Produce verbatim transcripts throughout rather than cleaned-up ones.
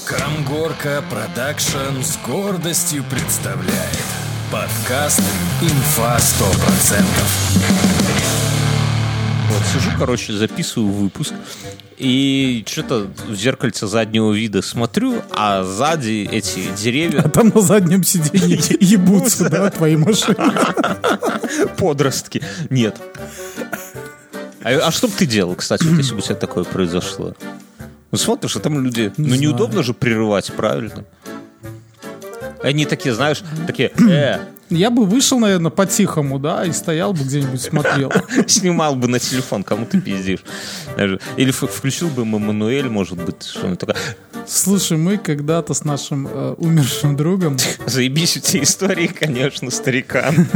Камгорка Продакшн с гордостью представляет подкаст «Инфа сто процентов». Вот сижу, короче, записываю выпуск, и что-то в зеркальце заднего вида смотрю, а сзади эти деревья... А там на заднем сиденье ебутся, да, твои машины? Подростки. Нет. А, а что бы ты делал, кстати, вот, если бы у тебя такое произошло? Ну, смотришь, а там люди... Не ну, знаю. неудобно же прерывать, правильно? Они такие, знаешь, такие... Э, Я бы вышел, наверное, по-тихому, да, и стоял бы где-нибудь, смотрел. снимал бы на телефон, кому ты пиздишь. Даже. Или ф- включил бы Мамануэль, может быть, что-нибудь такое. Слушай, мы когда-то с нашим э, умершим другом... Заебись у тебя истории, конечно, старикан.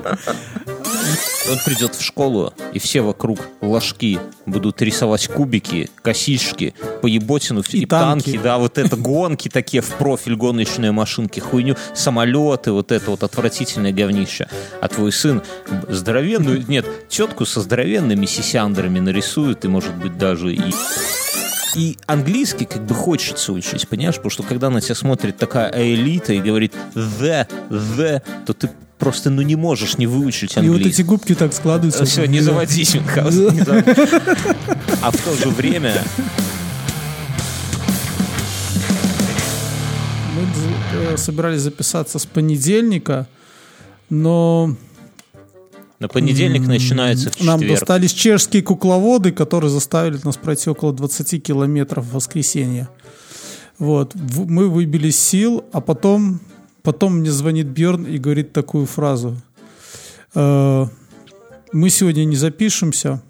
Он придет в школу, и все вокруг ложки будут рисовать кубики, косички, поеботину, и, И танки. танки. Да, вот это гонки такие в профиль, гоночные машинки, хуйню, самолеты, вот это вот отвратительное говнище. А твой сын здоровенную, нет, тетку со здоровенными сисяндрами нарисует, и, может быть, даже и... И английский как бы хочется учить, понимаешь? Потому что когда на тебя смотрит такая элита и говорит «the», «the», то ты просто ну не можешь не выучить И вот английский. эти губки так складываются. Все, не заводись, Мюнхгаузен, не заводись. А в то же время... Мы э, собирались записаться с понедельника, но... На понедельник начинается в четверг. Нам достались чешские кукловоды, которые заставили нас пройти около двадцать километров в воскресенье. Вот. В- Мы выбились из сил, а потом, потом мне звонит Бьерн и говорит такую фразу. «Э, Мы сегодня не запишемся.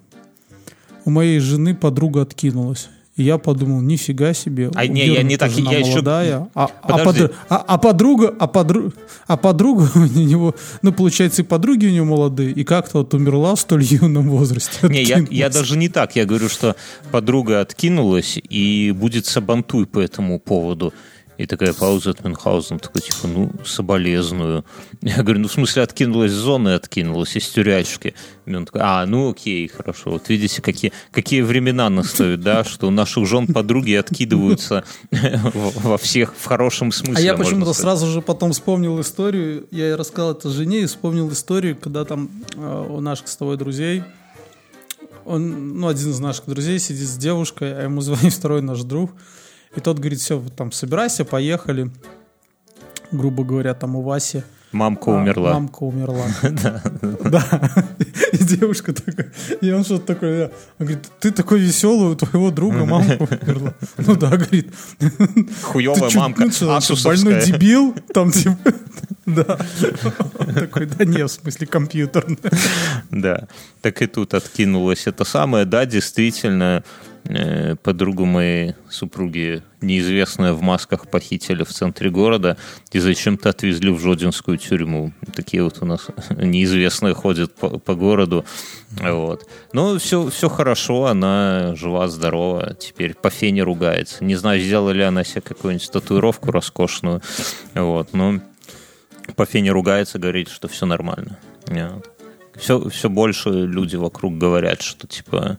У моей жены подруга откинулась». И я подумал, нифига себе. А у не, я Бьерна не так, жена я еще- молодая, а, а, Подожди. подр- а- а подруга, а, подру- а подруга у него, ну, получается, и подруги у него молодые, и как-то вот умерла в столь юном возрасте. Не, я, я Откинулась. даже не так. Я говорю, что подруга откинулась, и будет сабантуй по этому поводу. И такая пауза от Мюнхгаузена, такой, типа, ну, соболезную. Я говорю, ну, в смысле, откинулась из зоны, откинулась из тюрячки. И он такой, а, ну, окей, хорошо. Вот видите, какие, какие времена настают, да, что у наших жен подруги откидываются во всех, в хорошем смысле. А я можно почему-то сказать. сразу же потом вспомнил историю, я ей рассказал это жене и вспомнил историю, когда там э, у наших с тобой друзей, он, ну, один из наших друзей сидит с девушкой, а ему звонит второй наш друг, и тот говорит, все, там, собирайся, поехали, грубо говоря, там у Васи. Мамка А, умерла. Мамка умерла. Да. И девушка такая, и он что-то такое, он говорит, ты такой веселый, у твоего друга мамка умерла. Ну да, говорит. Хуёвая Ты чё, мамка, ну что, асусовская. больной дебил? Там типа... Да. Он такой, да не, в смысле компьютерный. Да, так и тут откинулось это самое. Да, действительно, э, подругу моей супруги неизвестная в масках похитили в центре города и зачем-то отвезли в Жодинскую тюрьму. Такие вот у нас неизвестные ходят по, по городу. Вот. Но все, все хорошо, она жива-здорова, теперь по фене ругается. Не знаю, сделала ли она себе какую-нибудь татуировку роскошную, вот, но по фене ругается, говорит, что все нормально. Вот. Все, все больше люди вокруг говорят, что типа...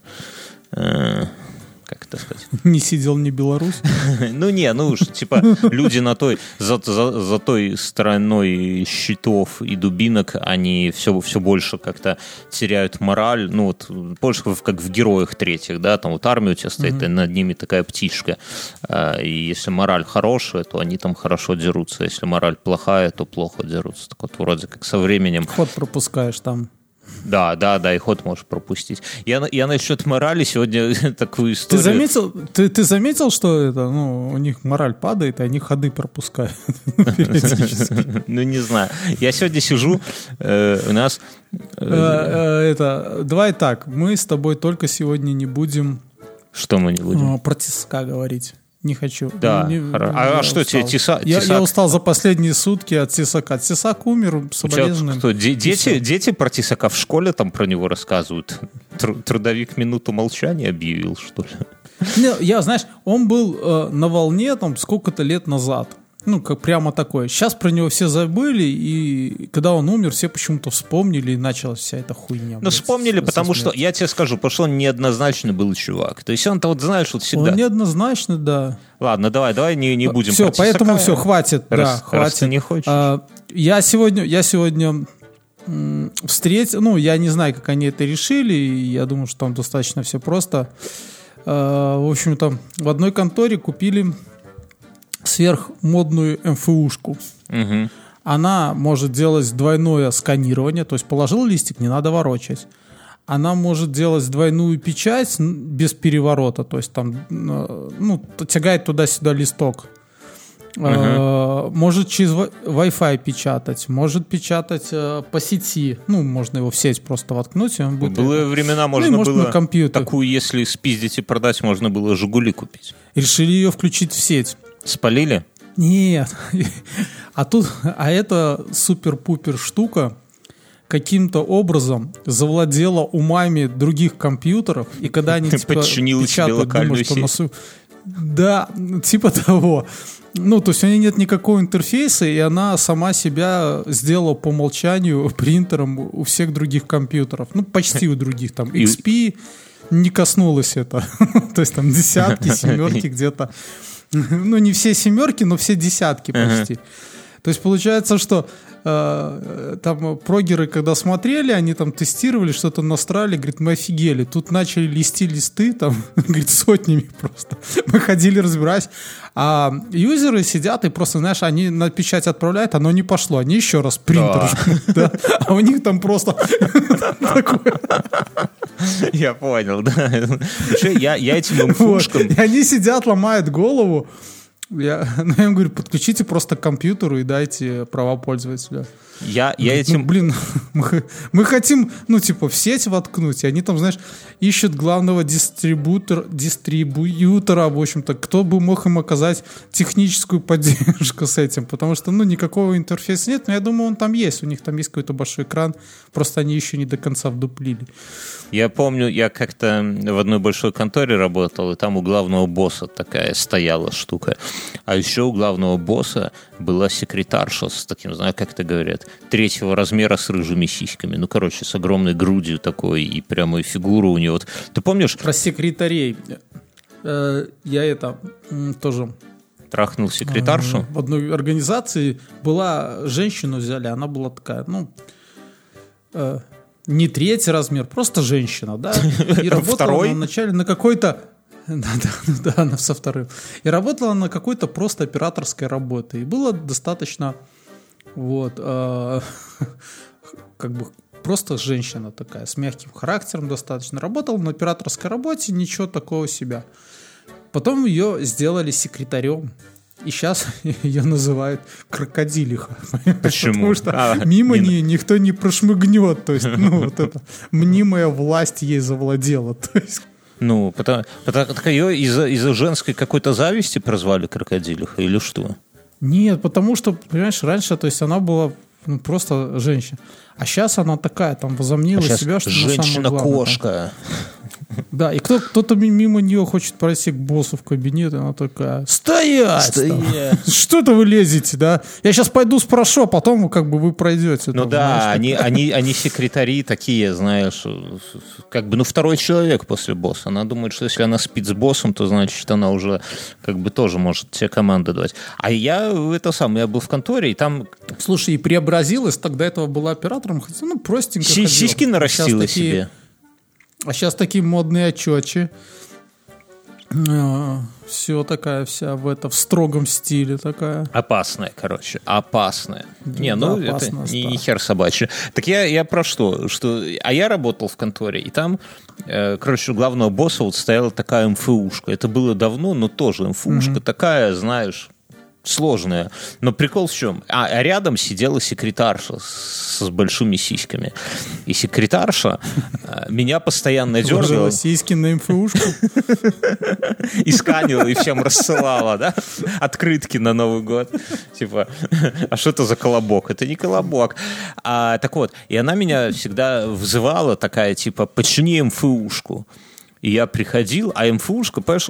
э, как это сказать? Не сидел не Беларусь. Ну не, ну уж типа люди на той, за, за, за той стороной щитов и дубинок, они все, все больше как-то теряют мораль. Ну вот больше как в героях третьих, да, там вот армия у тебя стоит, mm-hmm. и над ними такая птичка. И если мораль хорошая, то они там хорошо дерутся. Если мораль плохая, то плохо дерутся. Так вот вроде как со временем... Ход пропускаешь там. Да, да, да, и ход можешь пропустить. Я, я насчет морали сегодня такую историю... Ты заметил, ты, ты заметил, что это, ну, у них мораль падает, и они ходы пропускают периодически? Ну, не знаю. Я сегодня сижу, э, у нас... Э, э, Это, давай так, мы с тобой только сегодня не будем Что мы не будем? э, про тиска говорить. Не хочу. Да, Не- хоро- я а что тебе, устал. Тиса- Я, Тисак? я устал за последние сутки от Тисака. Тисак умер, У тебя соболезную. кто, де- И дети, всё. дети про Тисака в школе там про него рассказывают? Тру- Трудовик минуту молчания объявил, что ли? Не, я, знаешь, он был э, на волне там сколько-то лет назад. Ну, как прямо такое. Сейчас про него все забыли, и когда он умер, все почему-то вспомнили, и началась вся эта хуйня. Ну, вспомнили, потому что, я тебе скажу, потому что он неоднозначный был чувак. То есть он-то вот, знаешь, вот всегда... Он неоднозначный, да. Ладно, давай, давай не, не будем... Все, поэтому все, хватит. Раз, да, раз хватит. ты не хочешь. А, я сегодня... Я сегодня встретил... Ну, я не знаю, как они это решили, я думаю, что там достаточно все просто. А, в общем-то, в одной конторе купили сверхмодную эм эф ушку. Угу. Она может делать двойное сканирование, то есть положил листик, не надо ворочать. Она может делать двойную печать без переворота, то есть там ну, тягает туда-сюда листок. Uh-huh. Может через Wi-Fi печатать, может печатать по сети. Ну, можно его в сеть просто воткнуть, и он будет... Были времена, можно ну, было на компьютер. Такую, если спиздить и продать, можно было «Жигули» купить. Решили ее включить в сеть. Спалили? Нет. А тут, а эта супер-пупер штука каким-то образом завладела умами других компьютеров, и когда они типа, печатают, думают, что на су... Да, типа того. Ну, то есть у нее нет никакого интерфейса, и она сама себя сделала по умолчанию принтером у всех других компьютеров. Ну, почти у других. Там икс пи не коснулось это. То есть там десятки, семерки где-то. Ну, не все семерки, но все десятки почти. То есть получается, что э, там прогеры, когда смотрели, они там тестировали, что-то настраивали, говорит, мы офигели. Тут начали листи листы, там, говорит, сотнями просто. Мы ходили, разбираясь. А юзеры сидят и просто, знаешь, они на печать отправляют, оно не пошло. Они еще раз принтер жмут, да. А у них там просто такое... Я понял, да. Я, я этим инфушкам... Вот. И они сидят, ломают голову. Я, ну, я им говорю, подключите просто к компьютеру и дайте права пользователя. Я, я Говорит, этим... Ну, блин, мы, мы хотим, ну, типа, в сеть воткнуть, и они там, знаешь, ищут главного дистрибутор, дистрибьютора, в общем-то, кто бы мог им оказать техническую поддержку с этим, потому что, ну, никакого интерфейса нет, но я думаю, он там есть, у них там есть какой-то большой экран, просто они еще не до конца вдуплили. Я помню, я как-то в одной большой конторе работал, и там у главного босса такая стояла штука. А еще у главного босса была секретарша с таким, знаю, как это говорят, третьего размера с рыжими сиськами. Ну, короче, с огромной грудью такой и прямой фигуру у нее. Вот. Ты помнишь? Про секретарей. Э, я это тоже... Трахнул секретаршу? В одной организации была женщину взяли, она была такая, ну... Э, не третий размер, просто женщина, да? И работала Второй? она вначале на какой-то... Да, да, да, она со вторым. И работала на какой-то просто операторской работе. И было достаточно, вот, э, как бы просто женщина такая, с мягким характером достаточно. Работала на операторской работе, ничего такого себя. Потом ее сделали секретарем. И сейчас ее называют крокодилиха. Почему? Потому что а, мимо не... нее никто не прошмыгнет. То есть, ну, вот эта мнимая власть ей завладела. То есть... Ну, потому, потому так ее из-за, из-за женской какой-то зависти прозвали крокодилиха или что? Нет, потому что, понимаешь, раньше, то есть она была ну, просто женщина. А сейчас она такая, там, возомнила а себя, что женщина-кошка. Да, и кто, кто-то мимо нее хочет пройти к боссу в кабинет, и она такая, стоять! Стоять! Что-то вы лезете, да? Я сейчас пойду спрошу, а потом как бы вы пройдете. Ну там, да, знаешь, они, они, они секретари такие, знаешь, как бы, ну, второй человек после босса. Она думает, что если она спит с боссом, то, значит, она уже как бы тоже может тебе команды давать. А я, это сам, я был в конторе, и там... Слушай, и преобразилась, тогда этого была оператором, хотя, ну, простенько Си- сиськи нарастила такие... себе. А сейчас такие модные отчетчи. Все такая вся в это в строгом стиле такая. Опасная, короче, опасная. Да, не, ну да, это опасно, не, да. не хер собачий. Так я, я про что? что? А я работал в конторе, и там, э, короче, у главного босса вот стояла такая эм эф ушка. Это было давно, но тоже эм эф ушка mm-hmm. такая, знаешь... сложная. Но прикол в чем? А, а рядом сидела секретарша с, с большими сиськами. И секретарша а, меня постоянно дергала. Сиськи на эм эф ушку. И сканила, и всем рассылала, да? Открытки на Новый год. Типа, а что это за колобок? Это не колобок. А, так вот, и она меня всегда вызывала такая, типа, почини эм эф ушку. И я приходил, а эм эф ушка, понимаешь, вот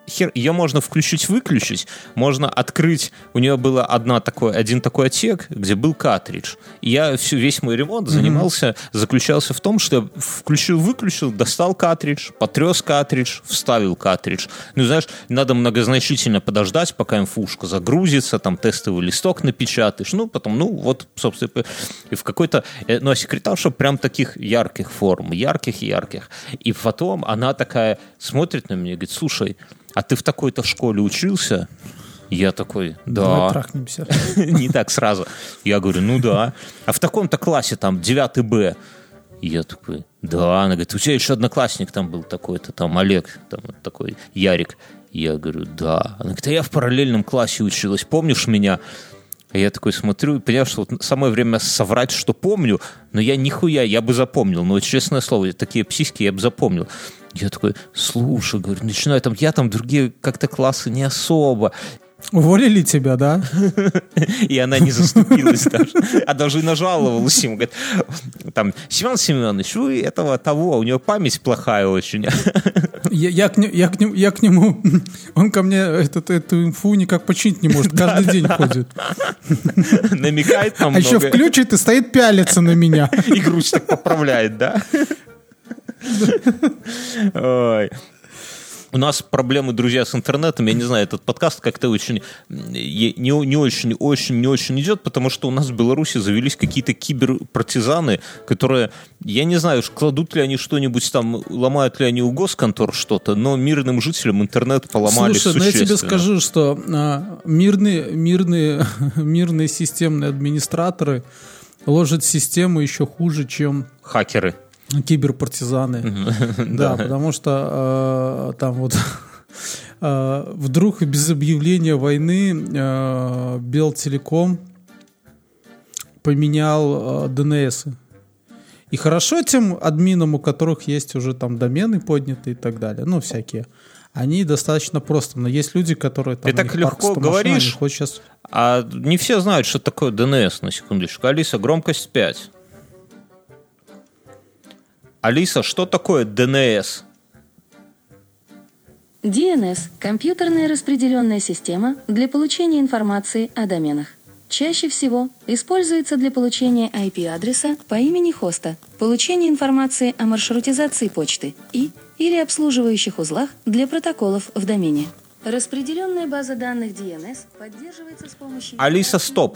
хер, ее можно включить-выключить, можно открыть, у нее был одна такой, один такой отсек, где был картридж. И я всю, весь мой ремонт mm-hmm. занимался, заключался в том, что я включил-выключил, достал картридж, потрес картридж, вставил картридж. Ну, знаешь, надо многозначительно подождать, пока инфушка загрузится, там тестовый листок напечатаешь, ну, потом, ну, вот, собственно, и в какой-то, ну, а секретарша прям таких ярких форм, ярких-ярких. И потом она такая смотрит на меня и говорит: слушай, а ты в такой-то школе учился? Я такой: да. Давай трахнемся. Не так сразу. Я говорю: ну да. А в таком-то классе, там, девятый Б. Я такой: да. Она говорит: у тебя еще одноклассник там был такой-то, там, Олег, там, такой, Ярик. Я говорю: да. Она говорит: а я в параллельном классе училась, помнишь меня? А я такой смотрю и понял, что вот самое время соврать, что помню, но я нихуя, я бы запомнил. Но, честное слово, такие психи я бы запомнил. Я такой: слушай, говорю, начинаю там, я там другие как-то классы не особо. Уволили тебя, да? И она не заступилась даже. А даже и нажаловалась ему. Говорит: там, Семен Семенович, вы этого того, у него память плохая очень. Я, я, к, я, к, нему, я к нему, он ко мне этот, эту инфу никак починить не может, каждый да, день да. ходит. Намекает нам А много. Еще включит и стоит пялиться на меня. И грудь так поправляет, да? Ой. У нас проблемы, друзья, с интернетом. Я не знаю, этот подкаст как-то очень не, не очень, очень, не очень идет, потому что у нас в Беларуси завелись какие-то киберпартизаны, которые, я не знаю, кладут ли они что-нибудь там, ломают ли они у госконтор что-то, но мирным жителям интернет поломали Слушай, существенно. Слушай, ну я тебе скажу, что а, мирные, мирные, мирные системные администраторы ложат систему еще хуже, чем хакеры. Киберпартизаны. Да, потому что там вот вдруг без объявления войны Белтелеком поменял ди эн эс. И хорошо тем админам, у которых есть уже там домены подняты и так далее, ну всякие. Они достаточно просто. Но есть люди, которые там... Ты так легко говоришь, машин, сейчас... а не все знают, что такое ди эн эс, на секундочку. Алиса, громкость пять. Алиса, что такое ди эн эс? ди эн эс – компьютерная распределенная система для получения информации о доменах. Чаще всего используется для получения ай пи-адреса по имени хоста, получения информации о маршрутизации почты и или обслуживающих узлах для протоколов в домене. Распределенная база данных ди эн эс поддерживается с помощью... Алиса, стоп.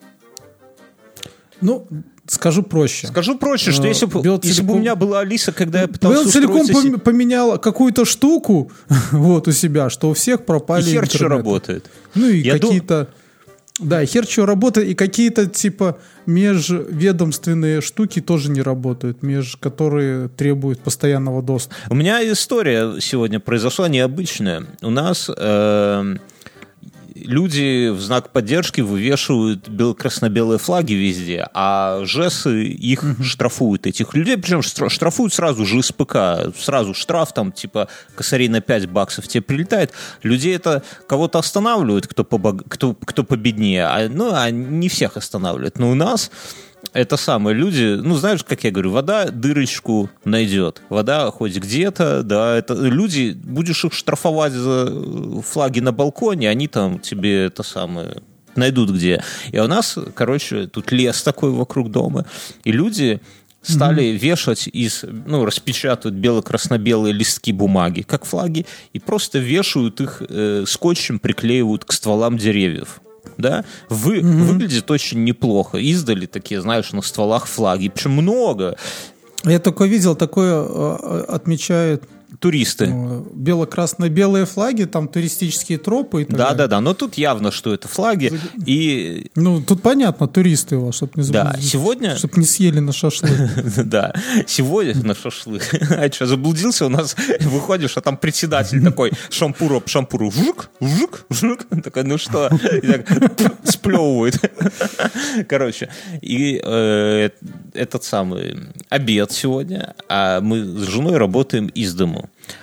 Ну, скажу проще. Скажу проще, что если бы, Белтелеком... если бы у меня была Алиса, когда я пытался Белтелеком устроиться... поменял какую-то штуку вот у себя, что у всех пропали интернеты. И хер что работает. Ну и я какие-то... Дум... Да, хер что работает, и какие-то типа межведомственные штуки тоже не работают, меж... которые требуют постоянного доступа. У меня история сегодня произошла необычная. У нас... Э... Люди в знак поддержки вывешивают бел- красно-белые флаги везде, а ЖЭСы их uh-huh. штрафуют, этих людей, причем штрафуют сразу же из ПК, сразу штраф, там, типа, косарей на пять баксов тебе прилетает. Людей это кого-то останавливает, кто, побог... кто, кто победнее, а, ну, а не всех останавливает. Но у нас... Это самые люди, ну, знаешь, как я говорю, вода дырочку найдет. Вода хоть где-то, да, это люди, будешь их штрафовать за флаги на балконе, они там тебе это самое найдут где. И у нас, короче, тут лес такой вокруг дома, и люди стали mm-hmm. вешать из, ну, распечатывают бело-красно-белые листки бумаги, как флаги, и просто вешают их э, скотчем, приклеивают к стволам деревьев. Да, Вы, mm-hmm. выглядит очень неплохо. Издали такие, знаешь, на стволах флаги. Причем много. Я такое видел, такое отмечают туристы. Бело-красно-белые флаги, там туристические тропы и так далее. Да-да-да, но тут явно, что это флаги. И... Ну, тут понятно, туристы его, чтобы не, да, сегодня... чтоб не съели на шашлык. Да, сегодня на шашлык. А что, заблудился? У нас выходишь, а там председатель такой шампур об шампуру. Вжук, вжук, вжук. Такой, ну что? И так сплевывает. Короче, и э, этот самый обед сегодня, а мы с женой работаем из дому.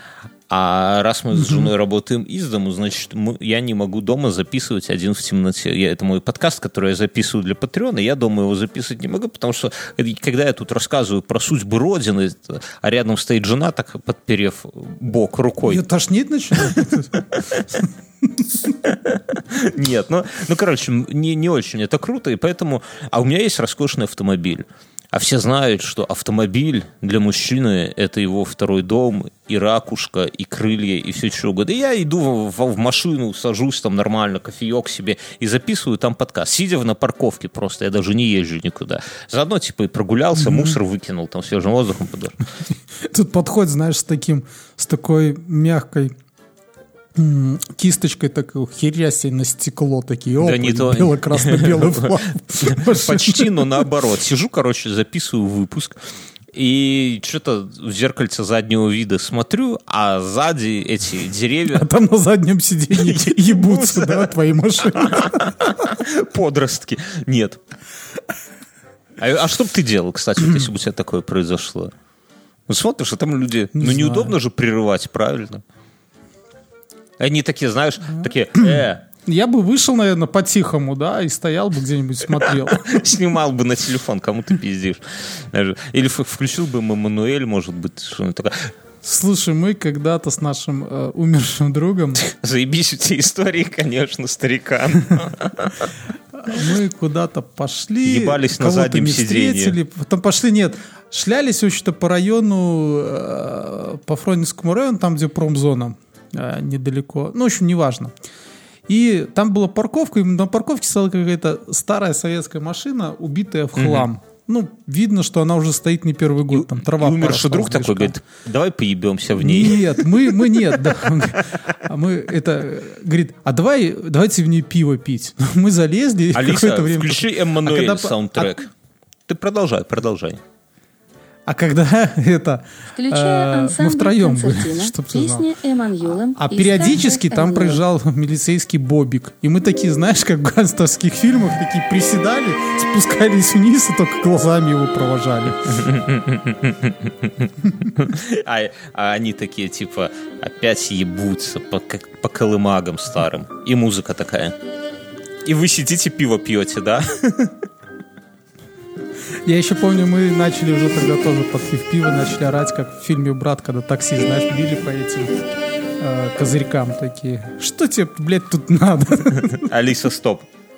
А раз мы с женой работаем из дому, значит, мы, я не могу дома записывать один в темноте. Я, это мой подкаст, который я записываю для Патреона, я дома его записывать не могу, потому что когда я тут рассказываю про судьбу Родины, а рядом стоит жена, так подперев бок рукой. Ее тошнить начинает? Нет, ну, ну короче, не, не очень это круто, и поэтому... А у меня есть роскошный автомобиль. А все знают, что автомобиль для мужчины – это его второй дом, и ракушка, и крылья, и все что угодно. И я иду в, в машину, сажусь там нормально, кофеек себе, и записываю там подкаст. Сидя на парковке просто, я даже не езжу никуда. Заодно типа и прогулялся, mm-hmm. мусор выкинул, там свежим воздухом подошел. Тут подходит, знаешь, с таким, с такой мягкой кисточкой такой, херясь на стекло такие, опа, да не то... бело-красно-белый флаг. Почти, но наоборот. Сижу, короче, записываю выпуск, и что-то в зеркальце заднего вида смотрю, а сзади эти деревья... А там на заднем сиденье ебутся, да, твои машины. Подростки. Нет. А, а что бы ты делал, кстати, вот, если бы у тебя такое произошло? Ну, смотришь, а там люди... Не ну, знаю. неудобно же прерывать, правильно? Они такие, знаешь, такие, э. Я бы вышел, наверное, по-тихому, да, и стоял бы где-нибудь, смотрел. Снимал бы на телефон, кому ты пиздишь. Или включил бы Эммануэль, может быть, что-нибудь такое. Слушай, мы когда-то с нашим э, умершим другом... Заебись у тебя истории, конечно, старикан. Мы куда-то пошли, ебались на кого-то заднем не сиденье. встретили, потом пошли, нет, шлялись, в общем-то, по району, э, по Фрунзенскому району, там, где промзона, э, недалеко, ну, в общем, неважно. И там была парковка, и на парковке стояла какая-то старая советская машина, убитая в хлам. Угу. Ну, видно, что она уже стоит не первый год, там трава. И умерший друг такой говорит, давай поебемся в ней. Нет, мы, мы нет, да. А мы это, говорит, а давай, давайте в ней пиво пить. Мы залезли. Алиса, время... включи Эммануэль а саундтрек. А... Ты продолжай, продолжай. А когда это э, мы втроем были, чтоб ты знал. А периодически там проезжал милицейский Бобик. И мы такие, знаешь, как в гангстерских фильмах, такие приседали, спускались вниз и только глазами его провожали. А, а они такие, типа, опять ебутся по, по колымагам старым. И музыка такая. И вы сидите, пиво пьете, да? Я еще помню, мы начали уже тогда тоже подпив пиво, начали орать, как в фильме «Брат», когда такси, знаешь, били по этим э, козырькам такие. Что тебе, блядь, тут надо? Алиса, стоп.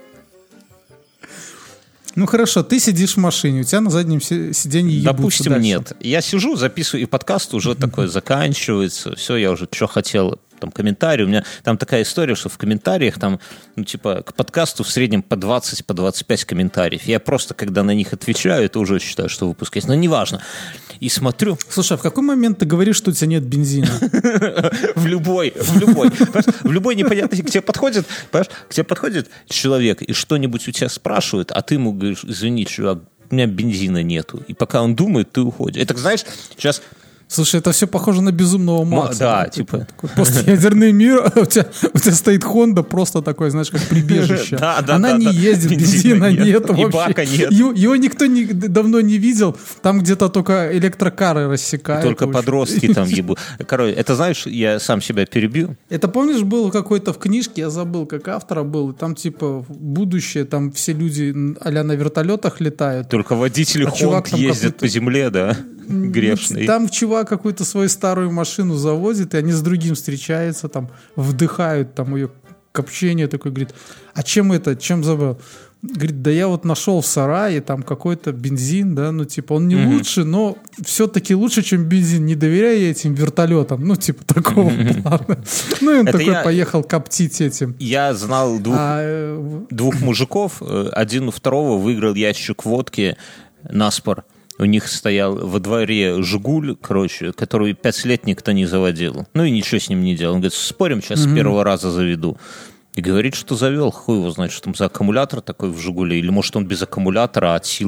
Ну хорошо, ты сидишь в машине, у тебя на заднем сиденье ебутся. Допустим, дальше. Нет. Я сижу, записываю, и подкаст уже такой заканчивается. Все, я уже что хотел... Там комментарии, у меня там такая история, что в комментариях там, ну, типа, к подкасту в среднем по двадцать, по двадцать пять комментариев. Я просто, когда на них отвечаю, это уже считаю, что выпуск есть. Но неважно. И смотрю... Слушай, а в какой момент ты говоришь, что у тебя нет бензина? В любой, в любой. В любой непонятный... К тебе подходит, понимаешь, к тебе подходит человек и что-нибудь у тебя спрашивает, а ты ему говоришь, извини, чувак, у меня бензина нету. И пока он думает, ты уходишь. Это, знаешь, сейчас... Слушай, это все похоже на безумного Макса. Да, да, типа. Такой постядерный мир, у тебя, у тебя стоит Хонда просто такой, знаешь, как прибежище. Да, да, Она да, не да. ездит, бензина нет, нет вообще. И бака нет. Его, его никто не, давно не видел. Там где-то только электрокары рассекают. Только подростки там ебут. Короче, это, знаешь, я сам себя перебью. Это, помнишь, был какой-то в книжке, я забыл, как автора был, там типа будущее, там все люди а-ля на вертолетах летают. Только водители а Хонд ездят по земле, да? Грешный. Там чувак какую-то свою старую машину завозит, и они с другим встречаются, там, вдыхают там ее копчение, такой, говорит, а чем это, чем забыл? Говорит, да я вот нашел в сарае там какой-то бензин, да, ну, типа, он не mm-hmm. лучше, но все-таки лучше, чем бензин, не доверяй этим вертолетам, ну, типа, такого mm-hmm. плана. Ну, и он это такой я... поехал коптить этим. Я знал двух, а... двух мужиков, один у второго выиграл ящик водки наспор. У них стоял во дворе «Жигуль», короче, который пять лет никто не заводил. Ну и ничего с ним не делал. Он говорит, спорим, сейчас mm-hmm. с первого раза заведу. И говорит, что завел. Хуй его знает, что там за аккумулятор такой в «Жигуле». Или может он без аккумулятора, а от силы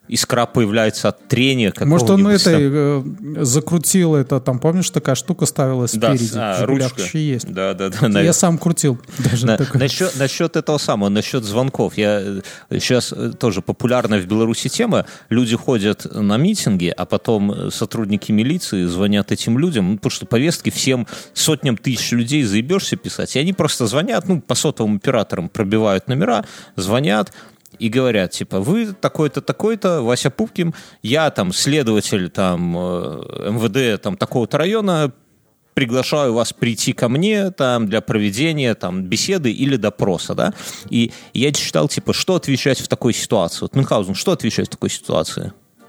искра появляется от трения Может, он какого-нибудь. это э, закрутил это, там, помнишь, такая штука ставилась спереди? Да, а, ручка. Еще есть. Да, да, да. Я на... сам крутил. Даже на, такой. насчет, насчет этого самого, насчет звонков. Я сейчас тоже популярная в Беларуси тема. Люди ходят на митинги, а потом сотрудники милиции звонят этим людям, ну, потому что повестки всем сотням тысяч людей заебешься писать, и они просто звонят, ну, по сотовым операторам пробивают номера, звонят, и говорят, типа, вы такой-то, такой-то, Вася Пупкин, я там следователь там эм вэ дэ там такого-то района, приглашаю вас прийти ко мне там для проведения там беседы или допроса, да? И я читал, типа, что отвечать в такой ситуации? Вот, Мюнхгаузен, что отвечать в такой ситуации?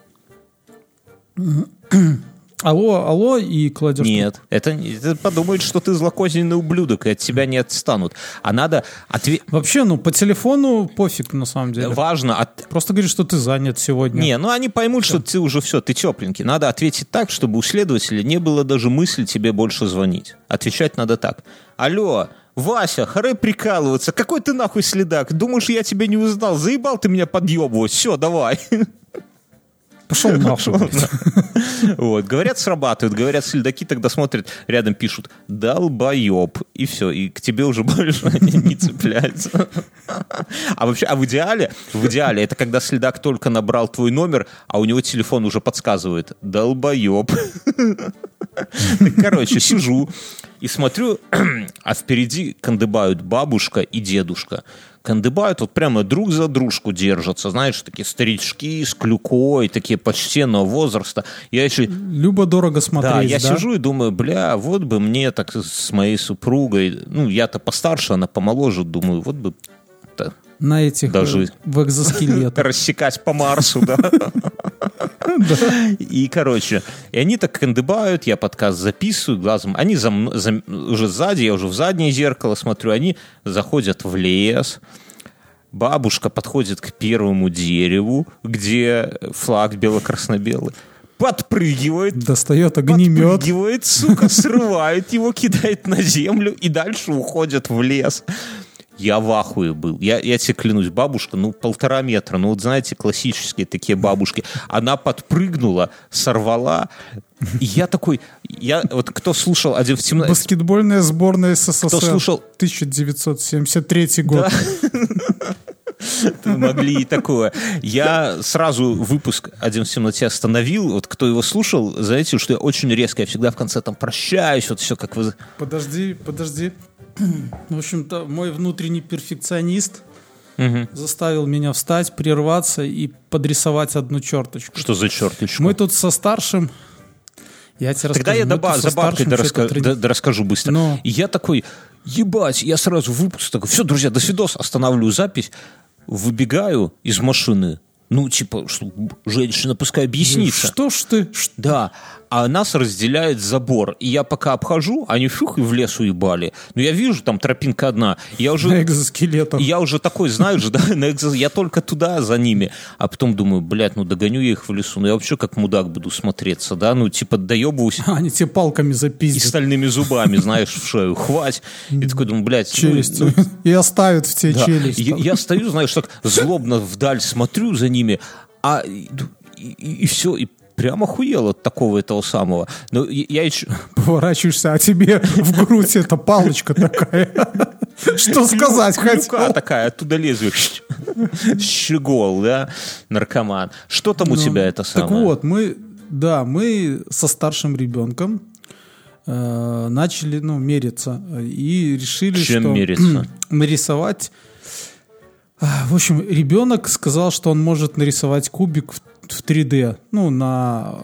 Алло, алло, и кладешь... Нет, это, это подумают, что ты злокозненный ублюдок, и от тебя не отстанут. А надо ответить... Вообще, ну, по телефону пофиг, на самом деле. Важно... От... Просто говоришь, что ты занят сегодня. Не, ну они поймут, все. Что ты уже все, ты тепленький. Надо ответить так, чтобы у следователя не было даже мысли тебе больше звонить. Отвечать надо так. Алло, Вася, харе прикалываться, какой ты нахуй следак? Думаешь, я тебя не узнал? Заебал ты меня подъебывать. Все, давай. Пошел нахуй. Вот, говорят, срабатывают, говорят, следаки тогда смотрят, рядом пишут «долбоеб», и все, и к тебе уже больше не цепляются. А вообще, а в идеале, в идеале, это когда следак только набрал твой номер, а у него телефон уже подсказывает «долбоеб». Короче, сижу и смотрю, а впереди кандыбают бабушка и дедушка. Кандыбают, вот прямо друг за дружку держатся, знаешь, такие старички с клюкой, такие почтенного возраста. Я еще... Любо-дорого смотреть, да? я да? сижу и думаю, бля, вот бы мне так с моей супругой, ну, я-то постарше, она помоложе, думаю, вот бы... На этих, даже в экзоскелетах. Рассекать по Марсу, да. И, короче, и они так кандыбают, я подкаст записываю глазом, они за, за, уже сзади, я уже в заднее зеркало смотрю, они заходят в лес, бабушка подходит к первому дереву, где флаг бело-красно-белый, подпрыгивает, достает огнемет, подпрыгивает, сука, срывает его, кидает на землю и дальше уходят в лес. Я в ахуе был. Я, я тебе клянусь, бабушка, ну, полтора метра. Ну, вот знаете, классические такие бабушки. Она подпрыгнула, сорвала. И я такой... Я, вот кто слушал... Один в темно... Баскетбольная сборная СССР. Кто слушал... тысяча девятьсот семьдесят третий год. Могли и такое. Я сразу выпуск «Один в темноте» остановил. Вот кто его слушал, заметил, что я очень резко. Я всегда в конце там прощаюсь. Вот все как вы... Подожди, подожди. В общем-то, мой внутренний перфекционист угу. заставил меня встать, прерваться и подрисовать одну черточку. Что за черточку? Мы тут со старшим... Я тебе Тогда расскажу. я доба- за бабкой дораска- тради... да, расскажу быстро. Но... И я такой, ебать, я сразу выпуск такой, все, друзья, до свидос, останавливаю запись, выбегаю из машины. Ну, типа, что женщина пускай объяснится. Что ж ты? Да, а нас разделяет забор. И я пока обхожу, они фух и в лес уебали. Но я вижу, там тропинка одна. Я уже, на экзоскелетах. Я уже такой, знаешь же, да, на экзо... я только туда за ними. А потом думаю, блядь, ну догоню я их в лесу. Ну я вообще как мудак буду смотреться, да? Ну типа доебываюсь. А, они тебе палками запиздят. И стальными зубами, знаешь, в шею. Хвать. И такой думаю, блядь. Челюсть. Ну, и оставят в тебе да. челюсть. Я, я стою, знаешь, так злобно вдаль смотрю за ними, а и, и, и все, и прям охуел от такого этого самого. Но я еще... Поворачиваешься, а тебе в грудь эта палочка такая. Что сказать хотел? Такая, оттуда лезвие. Щегол, да, наркоман. Что там у тебя это самое? Так вот, мы, да, мы со старшим ребенком начали, ну, мериться. И решили, что... Чем мериться? Нарисовать... В общем, ребенок сказал, что он может нарисовать кубик в, в три дэ, ну, на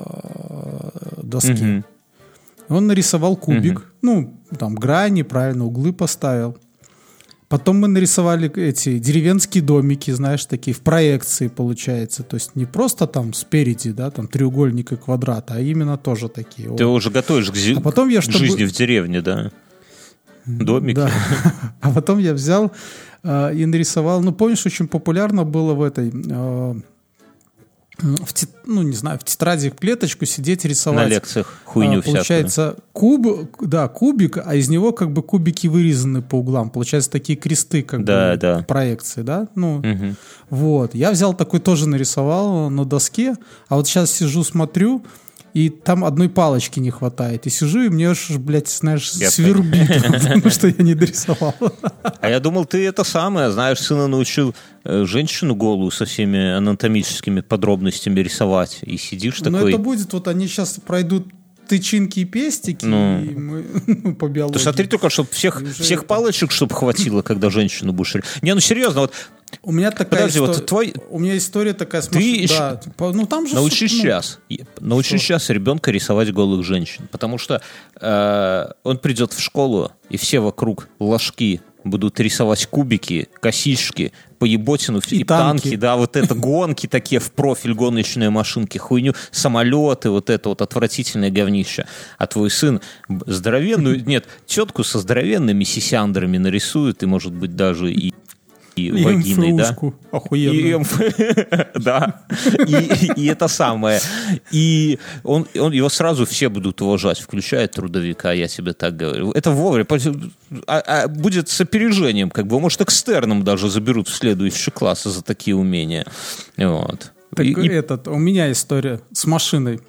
э, доске. Угу. Он нарисовал кубик, угу. ну, там, грани, правильно, углы поставил. Потом мы нарисовали эти деревенские домики, знаешь, такие в проекции, получается. То есть не просто там спереди, да, там треугольник и квадрат, а именно тоже такие. Ты уже готовишь к, зи- а потом я, чтобы... к жизни в деревне, да? Домики. Да. А потом я взял э, и нарисовал. Ну, помнишь, очень популярно было в этой... Э, в тет... ну, не знаю, в тетради в клеточку сидеть, рисовать. На лекциях хуйню а, получается, куб, да, кубик, а из него как бы кубики вырезаны по углам. Получается, такие кресты, как да, бы, да. проекции, да? Ну, угу. вот. Я взял такой, тоже нарисовал на доске, а вот сейчас сижу, смотрю, и там одной палочки не хватает. И сижу, и мне аж, блядь, знаешь, я свербит, потому что я не дорисовал. А я думал, ты это самое, знаешь, сына научил женщину голую со всеми анатомическими подробностями рисовать. И сидишь такой... Ну, это будет, вот они сейчас пройдут тычинки и пестики, ну, и мы ну, по биологии. Ты смотри только, чтобы всех, всех это... палочек, чтобы хватило, когда женщину будешь... Не, ну серьезно, вот... У меня такая Подожди, история, вот твой... у меня история такая с Ты маш... да. Ну, там же... Научи ну... сейчас, научи сейчас ребенка рисовать голых женщин, потому что э, он придет в школу, и все вокруг ложки будут рисовать кубики, косички, поеботину, и, и танки. танки, да, вот это гонки такие в профиль, гоночные машинки, хуйню, самолеты, вот это вот отвратительное говнище. А твой сын здоровенную, нет, тетку со здоровенными сисяндрами нарисует, и, может быть, даже и и, и вагиной, да? Охуенно. И, да. И, и это самое. И он, он, его сразу все будут уважать, включая трудовика, я тебе так говорю. Это вовремя. А, а будет с опережением, как бы. Может, экстерном даже заберут в следующий класс за такие умения. Вот. Так и, этот, у меня история с машиной.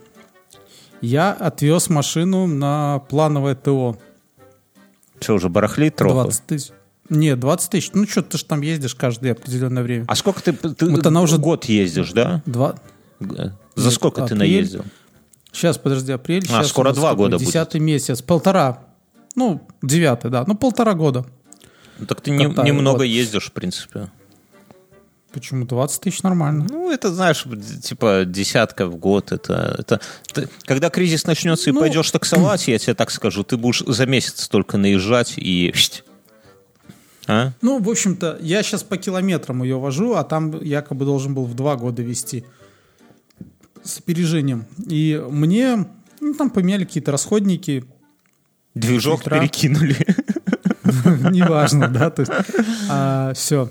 Я отвез машину на плановое ТО. Что, уже барахлит трохи? двадцать тысяч. Нет, двадцать тысяч. Ну что, ты же там ездишь каждое определенное время. А сколько ты, ты вот она уже год ездишь, да? Два. За Нет, сколько апрель. ты наездил? Сейчас, подожди, апрель. А, сейчас скоро два года будет. Десятый месяц. Полтора. Ну, девятый, да. Ну, полтора года. Ну, так ты не, немного вот. ездишь, в принципе. Почему? двадцать тысяч нормально. Ну, это, знаешь, типа десятка в год. Это, это, это, когда кризис начнется и ну, пойдешь таксовать, я тебе так скажу, ты будешь за месяц только наезжать и... А? Ну, в общем-то, я сейчас по километрам ее вожу, а там якобы должен был в два года везти с опережением. И мне, ну, там поменяли какие-то расходники. Движок перекинули. Неважно, да, то есть все.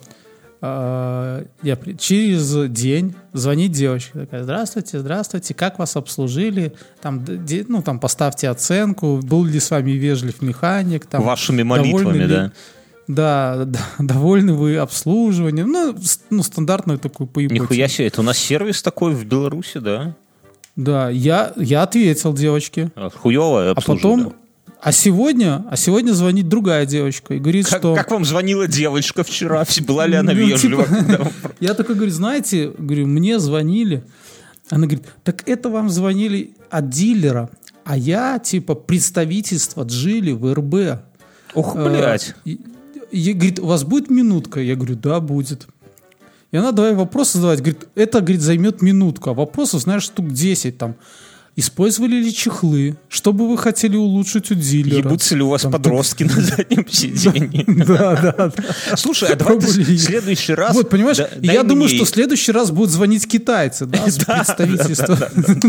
Я через день звонит девочка, такая: здравствуйте, здравствуйте, как вас обслужили, там, ну, там поставьте оценку, был ли с вами вежлив механик, там, вашими молитвами, да. Ли... Да, да, довольны вы обслуживанием. Ну, ну стандартную такую поеботину. Нихуя себе, это у нас сервис такой в Беларуси, да? Да, я, я ответил девочке. Хуёвое обслуживание. А потом, а сегодня, а сегодня звонит другая девочка и говорит, как, что... Как вам звонила девочка вчера? Была ли она вежлива? Я такой говорю, знаете, говорю, мне звонили. Она говорит, так это вам звонили от дилера, а я, типа, представительство Джили в эр бэ. Ох, блядь. И говорит, у вас будет минутка? Я говорю, да, будет. И она давай вопросы задавать. Говорит, это, говорит, займет минутку. А вопросов, знаешь, штук десять там. Использовали ли чехлы? Что бы вы хотели улучшить у дилера? Ебутся ли у вас там, подростки так... на заднем сиденье? Да, да, да. Слушай, а давай ты в следующий раз... Вот, понимаешь, я думаю, что в следующий раз будут звонить китайцы, да, с представительства.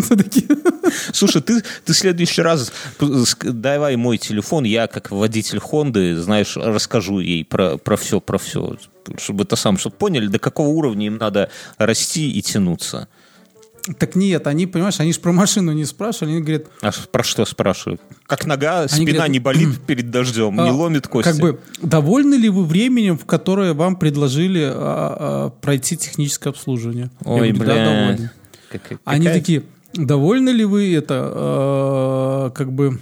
Слушай, ты в следующий раз давай мой телефон, я как водитель Хонды, знаешь, расскажу ей про все, про все, чтобы это сам, чтобы поняли, до какого уровня им надо расти и тянуться. Так нет, они, понимаешь, они же про машину не спрашивали, они говорят... А про что спрашивают? Как нога, спина говорят, не болит перед дождем, а, не ломит кости? Как бы, довольны ли вы временем, в которое вам предложили а, а, пройти техническое обслуживание? Ой, говорю, бля. Да, довольны. Как, какая... Они такие, довольны ли вы это, а, как бы,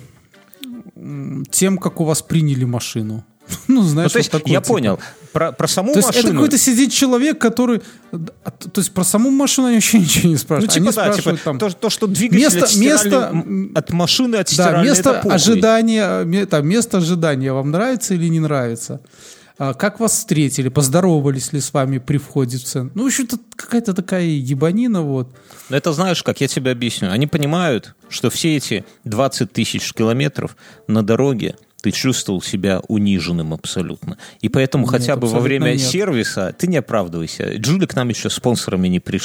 тем, как у вас приняли машину? Ну, знаешь, ну, то есть, вот такой, я типа. понял, про, про саму то машину... То есть, это какой-то сидит человек, который... То есть, про саму машину они вообще ничего не спрашивают. Ну, типа, они да, спрашивают типа, там... То, то, что двигатель место, от, стиральной, место, от машины от да, стиральной, место это похуй. ожидания, там, место ожидания вам нравится или не нравится? А, как вас встретили? Поздоровались ли с вами при входе в центр? Ну, в общем-то, какая-то такая ебанина, вот. Но это знаешь, как я тебе объясню. Они понимают, что все эти двадцать тысяч километров на дороге ты чувствовал себя униженным абсолютно. И поэтому нет, хотя бы во время нет. сервиса ты не оправдывайся. Джули к нам еще спонсорами не пришли.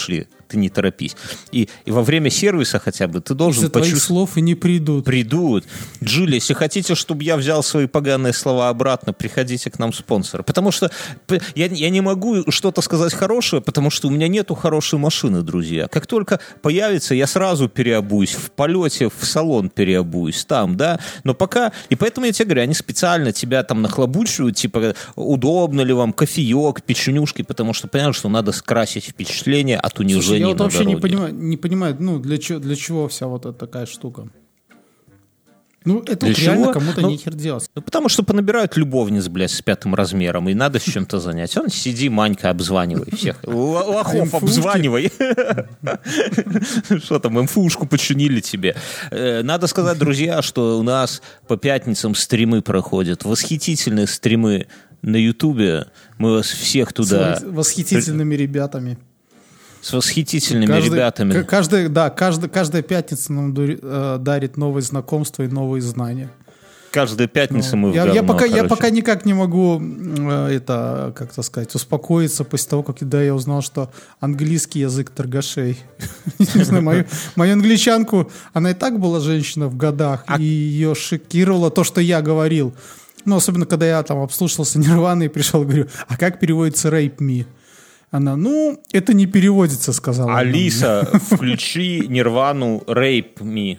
ты не торопись. И, и во время сервиса хотя бы ты должен почувствовать... твоих слов и не придут. Придут. Джулия, если хотите, чтобы я взял свои поганые слова обратно, приходите к нам спонсоры. Потому что я, я не могу что-то сказать хорошее, потому что у меня нету хорошей машины, друзья. Как только появится, я сразу переобуюсь. В полете в салон переобуюсь. Там, да. Но пока... И поэтому я тебе говорю, они специально тебя там нахлобучивают, типа, удобно ли вам кофеек, печенюшки, потому что понимают, что надо скрасить впечатление от унижения. Слушай, я вот вообще дороге. не понимаю, не понимаю, ну, для чего, для чего вся вот эта такая штука? Ну, это вот реально кому-то ну, нехер делать. Ну, потому что понабирают любовниц, блядь, с пятым размером, и надо с чем-то занять. Он сиди, Манька, обзванивай всех. Лохов обзванивай. Что там, эм-фушку починили тебе. Надо сказать, друзья, что у нас по пятницам стримы проходят. Восхитительные стримы на Ютубе. Мы вас всех туда... С восхитительными ребятами. С восхитительными каждый, ребятами. Каждый, да, каждый, каждая пятница нам дарит новые знакомства и новые знания. Каждая пятница ну, мы я, в говно, я, пока, я пока никак не могу это, как-то сказать, успокоиться после того, как да, я узнал, что английский язык торгашей. Не знаю, мою, мою англичанку, она и так была женщина в годах, и ее шокировало то, что я говорил. Ну, особенно, когда я там обслушался Нирваны и пришел, говорю, а как переводится «rape me»? Она, ну, это не переводится, сказала. Алиса, включи Нирвану «Rape Me».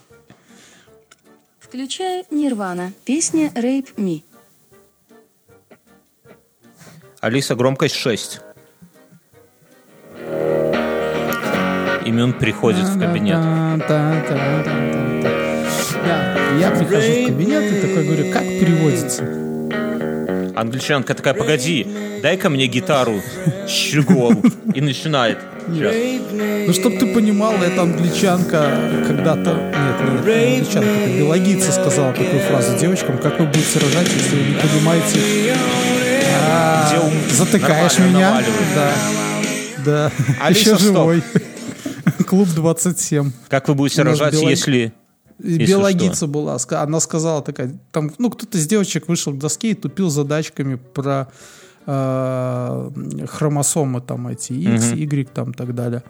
Включай Нирвана. Песня «Rape Me». Алиса, громкость шесть. Имен приходит в кабинет. Да, я прихожу в кабинет и такой говорю, как переводится? Англичанка такая, погоди, дай-ка мне гитару, щегол. И начинает. Сейчас. Ну, чтоб ты понимал, эта англичанка когда-то... Нет, нет, не англичанка, это белогийца сказала такую фразу девочкам, как вы будете рожать, если вы не понимаете... А, затыкаешь меня. Да, да. Еще живой. Клуб двадцать семь. Как вы будете рожать, если... Белогийца была. Она сказала такая... Там, ну, кто-то из девочек вышел к доске и тупил задачками про э, хромосомы там эти, X, uh-huh. Y там и так далее.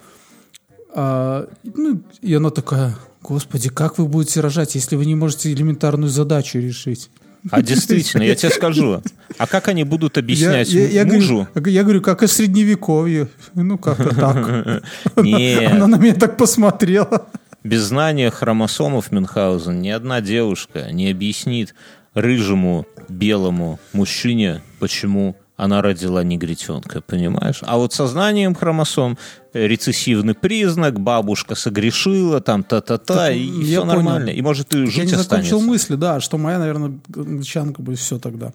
А, ну, и она такая, господи, как вы будете рожать, если вы не можете элементарную задачу решить? А действительно, я тебе скажу. А как они будут объяснять я, я, мужу? Я говорю, я говорю, как и в Средневековье. Ну, как-то так. Нет. Она на меня так посмотрела. Без знания хромосомов, Мюнхгаузен, ни одна девушка не объяснит рыжему, белому мужчине, почему она родила негритенка, понимаешь? А вот со знанием хромосом рецессивный признак, бабушка согрешила, там та-та-та, так, и все понял. Нормально. И может и жить я не останется. закончил мысли, да, что моя, наверное, англичанка будет все тогда.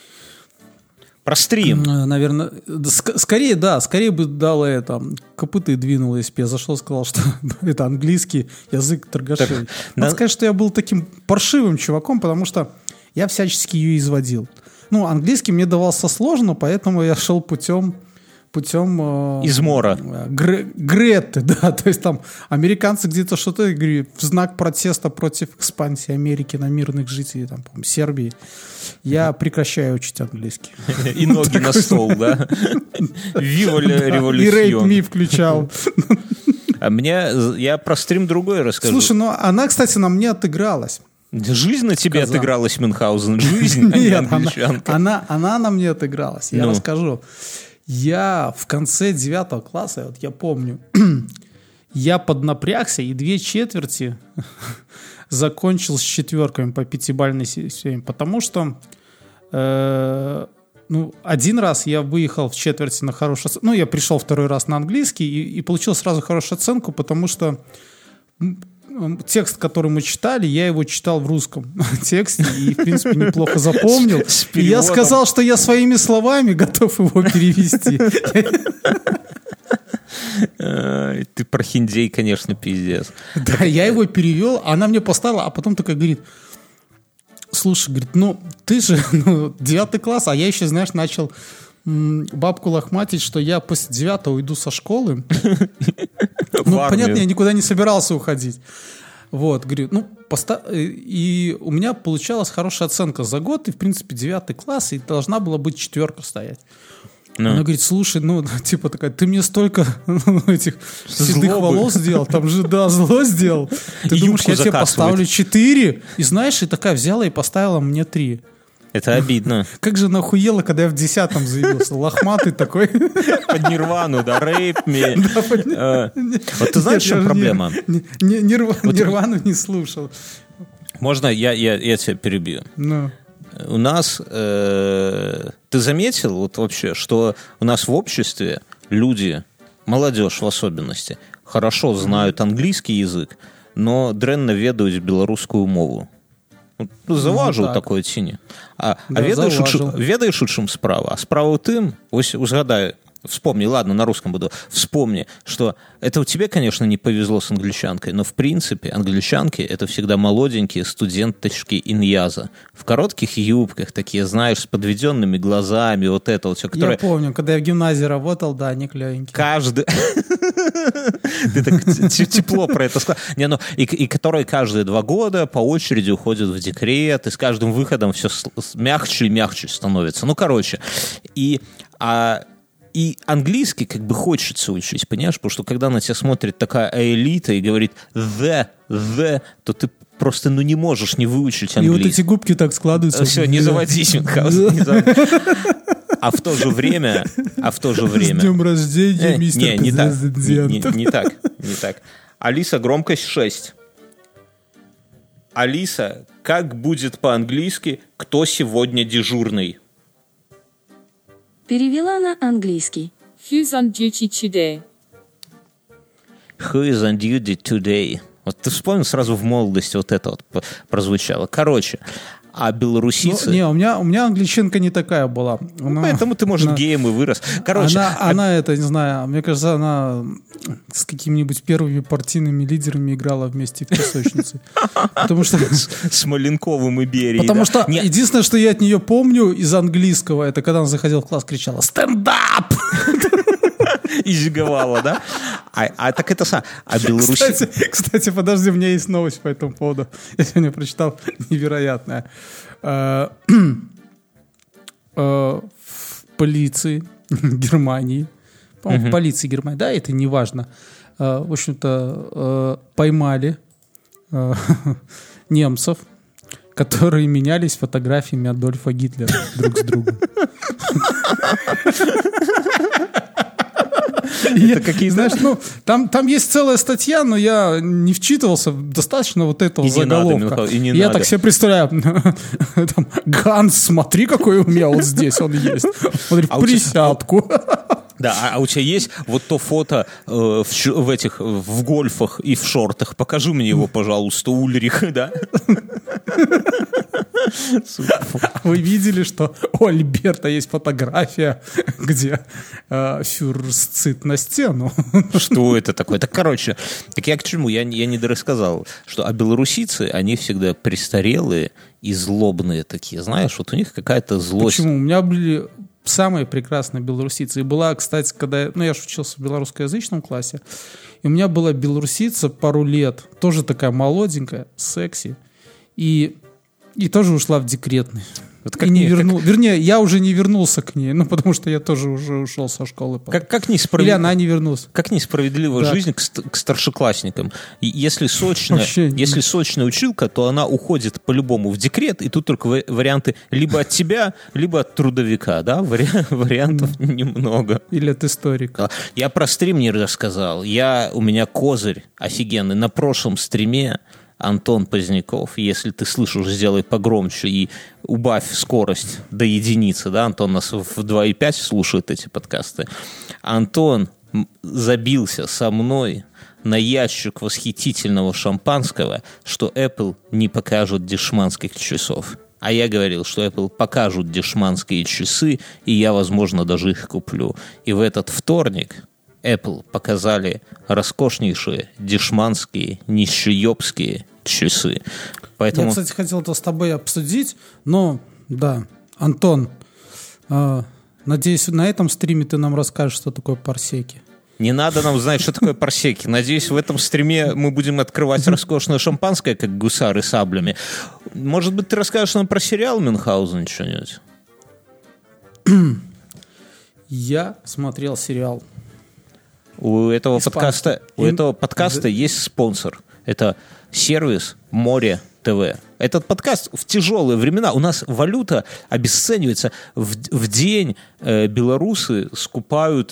Про стрим. Наверное, ск- скорее, да, скорее бы дала это, копыта и двинула, если бы я зашел и сказал, что это английский язык торгашей. Так, Надо да... сказать, что я был таким паршивым чуваком, потому что я всячески ее изводил. Ну, английский мне давался сложно, поэтому я шел путем... путем э, измора. Гре- Греты, да, то есть там американцы где-то что-то, я говорю, в знак протеста против экспансии Америки на мирных жителей, там, по-моему, Сербии, я прекращаю учить английский. И ноги на стол, да? Вива революцион. И Rape Me включал. А мне, я про стрим другой расскажу. Слушай, ну она, кстати, на мне отыгралась. Жизнь на тебе Сказал. отыгралась, Мюнхгаузен. Жизнь, а не англичанка. Она, она на мне отыгралась. Я ну. расскажу. Я в конце девятого класса, вот я помню, я поднапрягся и две четверти закончил с четверками по пятибалльной системе, потому что э, ну, один раз я выехал в четверти на хорошую оценку, ну, я пришел второй раз на английский и, и получил сразу хорошую оценку, потому что текст, который мы читали, я его читал в русском тексте и, в принципе, неплохо запомнил. И я сказал, что я своими словами готов его перевести. Ты прохиндей, конечно, пиздец. Да, я его перевел, она мне поставила, а потом такая говорит, слушай, говорит, ну, ты же ну, девятый класс, а я еще, знаешь, начал бабку лохматить, что я после девятого уйду со школы. Ну, понятно, я никуда не собирался уходить. Вот, говорю, ну, поста... и у меня получалась хорошая оценка за год, и, в принципе, девятый класс, и должна была быть четверка стоять. Ну. Она говорит, слушай, ну, типа такая, ты мне столько ну, этих седых волос сделал, там же, да, зло сделал. Ты и думаешь, я закасывает. тебе поставлю четыре? И знаешь, и такая взяла и поставила мне три. Это обидно. Как же нахуела, когда я в десятом заявился. Лохматый такой. Под Нирвану, да, рэп ми. Вот ты знаешь, в чем проблема? Нирвану не слушал. Можно я тебя перебью? Ну. У нас, э, ты заметил вот вообще, что у нас в обществе люди, молодежь в особенности, хорошо знают английский язык, но дрэнна ведаюць беларускую мову. Ну, заважыў ну, такое ці не. А, да, а ведаеш, у, ведаеш, у чым справа? А справа ў тым, ось узгадай, вспомни, ладно, на русском буду, вспомни, что это у тебя, конечно, не повезло с англичанкой, но в принципе англичанки это всегда молоденькие студенточки иньяза в коротких юбках, такие, знаешь, с подведенными глазами, вот это вот все, которые... Я помню, когда я в гимназии работал, да, они клевенькие. Каждый... Ты так тепло про это сказал. Не, ну, и, и которые каждые два года по очереди уходят в декрет, и с каждым выходом все мягче и мягче становится. Ну, короче, и... А, И английский как бы хочется учить, понимаешь? Потому что когда на тебя смотрит такая элита и говорит «the», «the», то ты просто ну, не можешь не выучить английский. И вот эти губки так складываются. Все, не заводись, Мюнхгаузен. А в то же время... А в то же время... С днем рождения, мистер Не, не так. Не, не так. Не так. Алиса, громкость шесть. Алиса, как будет по-английски «кто сегодня дежурный»? Перевела на английский. Who's on duty today? Who is on duty today? Вот ты вспомнил, сразу в молодости вот это вот прозвучало. Короче, а белорусицы... Ну, не, у меня, у меня англичанка не такая была. Она, поэтому ты, может, она, геем и вырос. Короче, она, а... она это, не знаю, мне кажется, она с какими-нибудь первыми партийными лидерами играла вместе в песочнице. Потому что... С Маленковым и Берией. Потому что единственное, что я от нее помню из английского, это когда она заходила в класс, кричала «Стендап!» И зиговала, да? А, а так это сам. А Беларусь... Кстати, кстати, подожди, у меня есть новость по этому поводу. Я сегодня прочитал невероятное. В полиции Германии, по-моему, в полиции Германии, да, это не важно, в общем-то, поймали немцев, которые менялись фотографиями Адольфа Гитлера друг с другом. Я, какие, знаешь, ну, там, там есть целая статья, но я не вчитывался, достаточно вот этого и заголовка. Не надо, и не я надо. Так себе представляю, там, Ганс, смотри, какой у меня вот здесь он есть. Смотри, в присядку. Да, а, а у тебя есть вот то фото э, в, в этих, в гольфах и в шортах? Покажи мне его, пожалуйста, Ульрих, да? Вы видели, что у Альберта есть фотография, где э, фюрер сцит на стену? Что это такое? Так, короче, так я к чему? Я, я не дорассказал, что а белорусицы, они всегда престарелые и злобные такие, знаешь, вот у них какая-то злость. Почему? У меня были... самые прекрасные белорусицы. И была, кстати, когда я, ну, я же учился в белорусскоязычном классе, и у меня была белорусица пару лет, тоже такая молоденькая, секси, и, и тоже ушла в декретный. Вот как и не мне, вернул, как... Вернее, я уже не вернулся к ней, ну, потому что я тоже уже ушел со школы. Как, как несправед... Или она не вернулась. Как несправедлива да. жизнь к, к старшеклассникам. И если сочная, если сочная училка, то она уходит по-любому в декрет, и тут только варианты либо от тебя, либо от трудовика, да? Вари... Вариантов mm. немного. Или от историка. Я про стрим не рассказал. Я, у меня козырь офигенный. На прошлом стриме Антон Поздняков, если ты слышишь, сделай погромче и убавь скорость до единицы, да, Антон нас в два и пять слушает эти подкасты. Антон забился со мной на ящик восхитительного шампанского, что Apple не покажет дешманских часов. А я говорил, что Apple покажут дешманские часы, и я, возможно, даже их куплю. И в этот вторник Apple показали роскошнейшие дешманские, нищеёбские часы. Поэтому... Я, кстати, хотел это с тобой обсудить, но, да, Антон, э, надеюсь, на этом стриме ты нам расскажешь, что такое парсеки. Не надо нам знать, что такое парсеки. Надеюсь, в этом стриме мы будем открывать роскошное шампанское, как гусары саблями. Может быть, ты расскажешь нам про сериал «Мюнхгаузен» что-нибудь? Я смотрел сериал. У этого Испанский. подкаста, у Им- этого подкаста Да. есть спонсор. Это сервис Море ТВ. Этот подкаст в тяжелые времена. У нас валюта обесценивается. В, в день э, белорусы скупают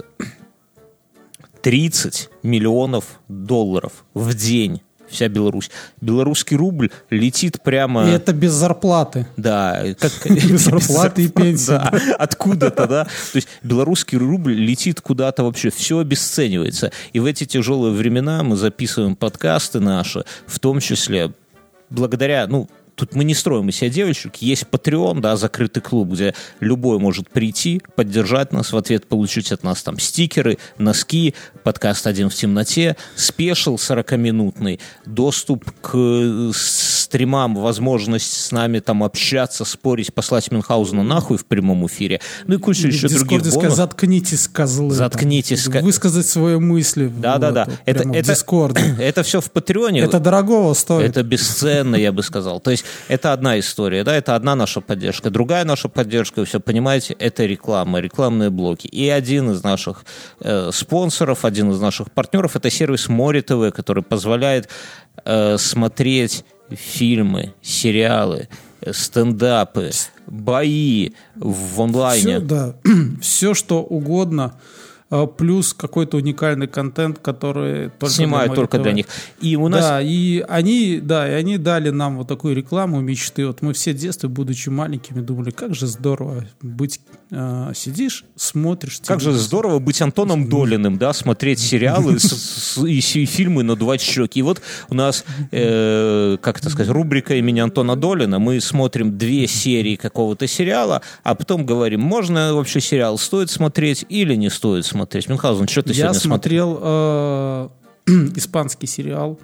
тридцать миллионов долларов в день. Вся Беларусь. Белорусский рубль летит прямо... И это без зарплаты. Да, как... Без зарплаты и пенсии. Да, откуда-то, да. То есть белорусский рубль летит куда-то вообще, все обесценивается. И в эти тяжелые времена мы записываем подкасты наши, в том числе благодаря, ну, тут мы не строим из себя девочек, есть Patreon, да, закрытый клуб, где любой может прийти, поддержать нас, в ответ получить от нас там стикеры, носки, подкаст «Один в темноте», спешл сорокаминутный, доступ к стримам, возможность с нами там общаться, спорить, послать Мюнхгаузена нахуй в прямом эфире, ну и куча еще В других Дискорде сказать, бонусов. заткнитесь, козлы. Заткнитесь, там. ка- Высказать свои мысли. в- Да-да-да. вот, Это, прямо в это, Дискорде. это все в Патреоне. Это дорогого стоит. Это бесценно, я бы сказал. То есть это одна история, да, это одна наша поддержка. Другая наша поддержка, вы все понимаете, это реклама, рекламные блоки. И один из наших э, спонсоров, один из наших партнеров, это сервис Море ТВ, который позволяет э, смотреть фильмы, сериалы, э, стендапы, бои в онлайне. Все, да. Все, что угодно. а, Плюс какой-то уникальный контент, который только Снимают для только Море для ТВ. них. И у нас... Да, и они, да, и они дали нам вот такую рекламу мечты. Вот мы все в детстве, будучи маленькими, думали, как же здорово быть, э, сидишь, смотришь. Как же телевизор. здорово быть Антоном Долиным, да, смотреть сериалы с- с- и с- и фильмы, надувать щеки. И вот у нас, э, как это сказать, рубрика имени Антона Долина. Мы смотрим две серии какого-то сериала, а потом говорим, можно вообще сериал стоит смотреть или не стоит смотреть. Мюнхгаузен, что ты Я сегодня смотрел? смотрел э, испанский сериал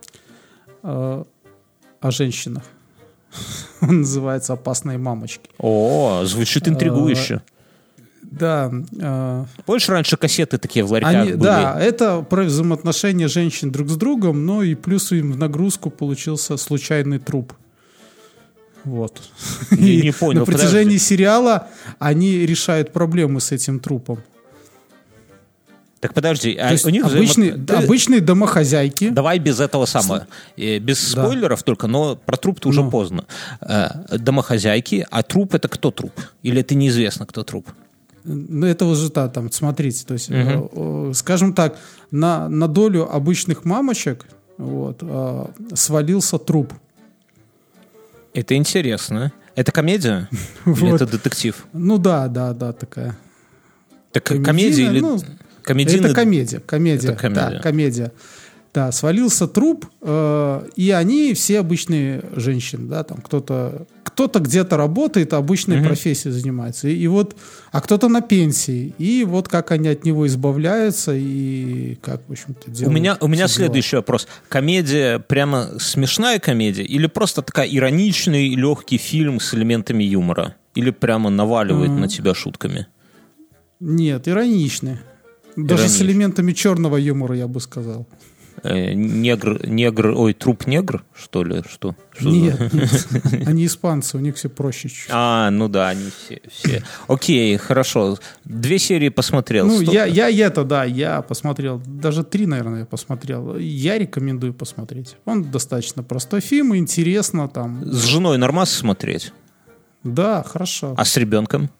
э, о женщинах. Он называется «Опасные мамочки». О, звучит интригующе. Да, э, Помнишь, раньше кассеты такие в ларьках они, были? да, это про взаимоотношения женщин друг с другом, но и плюс им в нагрузку получился случайный труп. Вот. Не- И не понял, на протяжении подожди. сериала они решают проблемы с этим трупом. Так подожди, а То есть у них обычные, взаимо- Ты- обычные домохозяйки. Давай без этого самого. Э, Без Да. спойлеров только, но про труп-то уже Ну. поздно. Э, Домохозяйки, а труп это кто труп? Или это неизвестно, кто труп? Ну, это уже да, там, смотрите, то есть, э, э, скажем так, на, на долю обычных мамочек вот, э, свалился труп. Это интересно. Это комедия? Или Вот. это детектив? Ну да, да, да, такая. Так Комедийная, комедия или... ну, комедийный- Это комедия, комедия, Это комедия. да, комедия. Да, свалился труп, э, и они все обычные женщины, да, там кто-то, кто-то где-то работает, обычной профессией занимается, и, и вот, а кто-то на пенсии, и вот как они от него избавляются и как, в общем-то, У делают. меня, у меня все дела. следующий вопрос. Комедия прямо смешная комедия или просто такая ироничный, легкий фильм с элементами юмора? Или прямо наваливает на тебя шутками? Нет, ироничный. Даже с Ироничный. элементами черного юмора, я бы сказал. Э, негр, негр, ой, труп-негр, что ли? Что? Что за- Нет, нет. Они испанцы, у них все проще чуть-чуть. А, ну да, они все, все. Окей, хорошо. Две серии посмотрел. Ну, Сто- я, я это, да, я посмотрел, даже три, наверное, я посмотрел. Я рекомендую посмотреть. Он достаточно простой фильм, интересно там. С женой нормас смотреть? Да, хорошо. А с ребенком?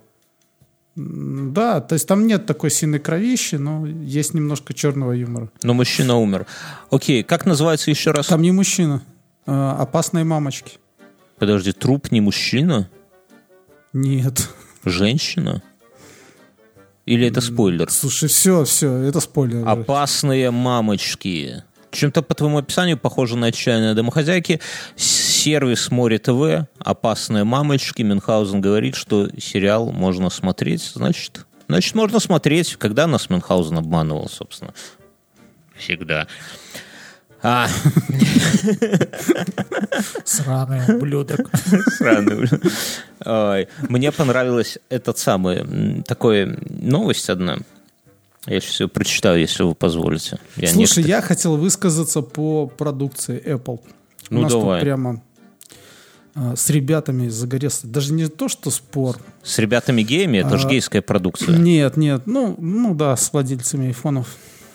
Да, то есть там нет такой сильной кровищи, но есть немножко черного юмора. Но мужчина умер. Окей, как называется еще раз? Там не мужчина, а опасные мамочки. Подожди, труп не мужчина? Нет. Женщина? Или это спойлер? Слушай, все, все, это спойлер. уже. Опасные мамочки. Чем-то по твоему описанию похоже на «Отчаянные домохозяйки». Сервис Море ТВ, «Опасные мамочки». Мюнхгаузен говорит, что сериал можно смотреть. Значит, значит, можно смотреть. Когда нас Мюнхгаузен обманывал, собственно? Всегда. А, Сраный ублюдок. сраный. Ой, мне понравилась этот самый, м, такой новость одна. Я сейчас ее прочитаю, если вы позволите. Я Слушай, некоторые- я хотел высказаться по продукции Apple. Ну, У нас давай. тут прямо а, с ребятами загорелся. Даже не то, что спор. С ребятами-геями? Это А, же гейская продукция. Нет, нет. Ну, ну да, с владельцами айфонов.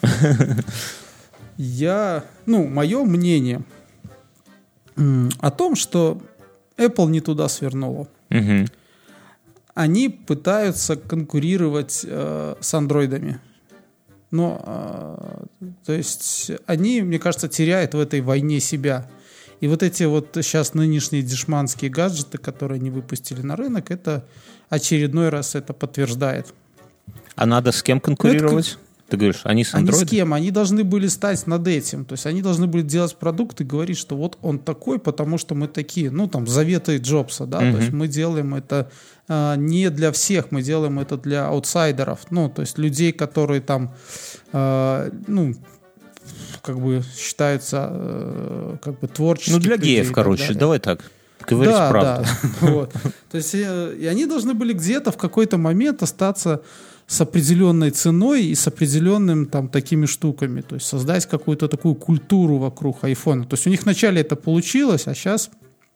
Я, ну, мое мнение м, о том, что Apple не туда свернула. Мгм. Они пытаются конкурировать э, с андроидами. Но, э, то есть, они, мне кажется, теряют в этой войне себя. И вот эти вот сейчас нынешние дешманские гаджеты, которые они выпустили на рынок, это очередной раз это подтверждает. А надо с кем конкурировать? Ты говоришь, они с Они Android? с кем? Они должны были стать над этим. То есть они должны были делать продукт и говорить, что вот он такой, потому что мы такие. Ну, там, заветы Джобса, да. Мгм. То есть мы делаем это а, не для всех, мы делаем это для аутсайдеров. Ну, то есть людей, которые там, а, ну, как бы считаются а, как бы творческими. Ну, для геев, короче, давай так. Говорить Да, правду. да. Вот. То есть э, и они должны были где-то в какой-то момент остаться с определенной ценой и с определенным там такими штуками. То есть создать какую-то такую культуру вокруг айфона. То есть у них вначале это получилось, а сейчас...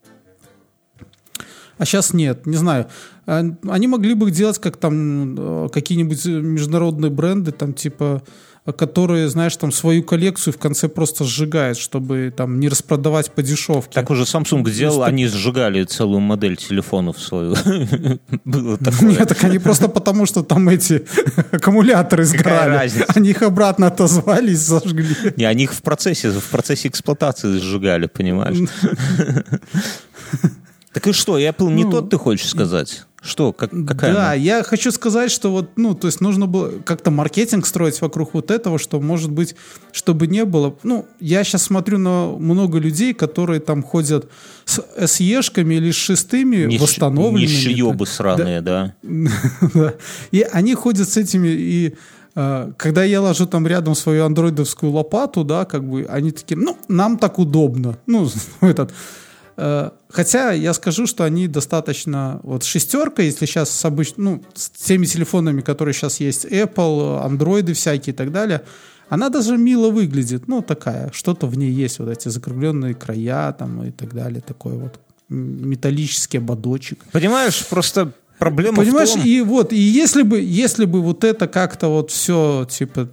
А сейчас нет, не знаю. А, Они могли бы делать как там э, какие-нибудь международные бренды, там типа, которые, знаешь, там свою коллекцию в конце просто сжигают, чтобы там не распродавать по дешевке. Так уже Samsung делал, Есть они сжигали целую модель телефонов свою. Было такое. Нет, так они просто потому, что там эти аккумуляторы сгорали. разница? Они их обратно отозвали и сожгли. Не, они их в процессе, в процессе эксплуатации сжигали, понимаешь? Так и что, Apple не Ну, тот, ты хочешь сказать? Что, как, какая Да, она? я хочу сказать, что вот, ну, то есть нужно было как-то маркетинг строить вокруг вот этого, что, может быть, чтобы не было... Ну, я сейчас смотрю на много людей, которые там ходят с эс и-шками или с шестыми Нищ- восстановленными. Нищеёбы сраные, да. Да. И они ходят с этими, и э, когда я ложу там рядом свою андроидовскую лопату, да, как бы они такие, ну, нам так удобно. Ну, этот... Э, Хотя я скажу, что они достаточно... Вот шестерка, если сейчас с обыч... ну, с теми телефонами, которые сейчас есть, Apple, андроиды всякие и так далее, она даже мило выглядит. Ну, такая, что-то в ней есть, вот эти закругленные края там и так далее, такой вот м, металлический ободочек. Понимаешь, просто проблема Понимаешь, в том... и вот, и если бы, если бы вот это как-то вот все, типа,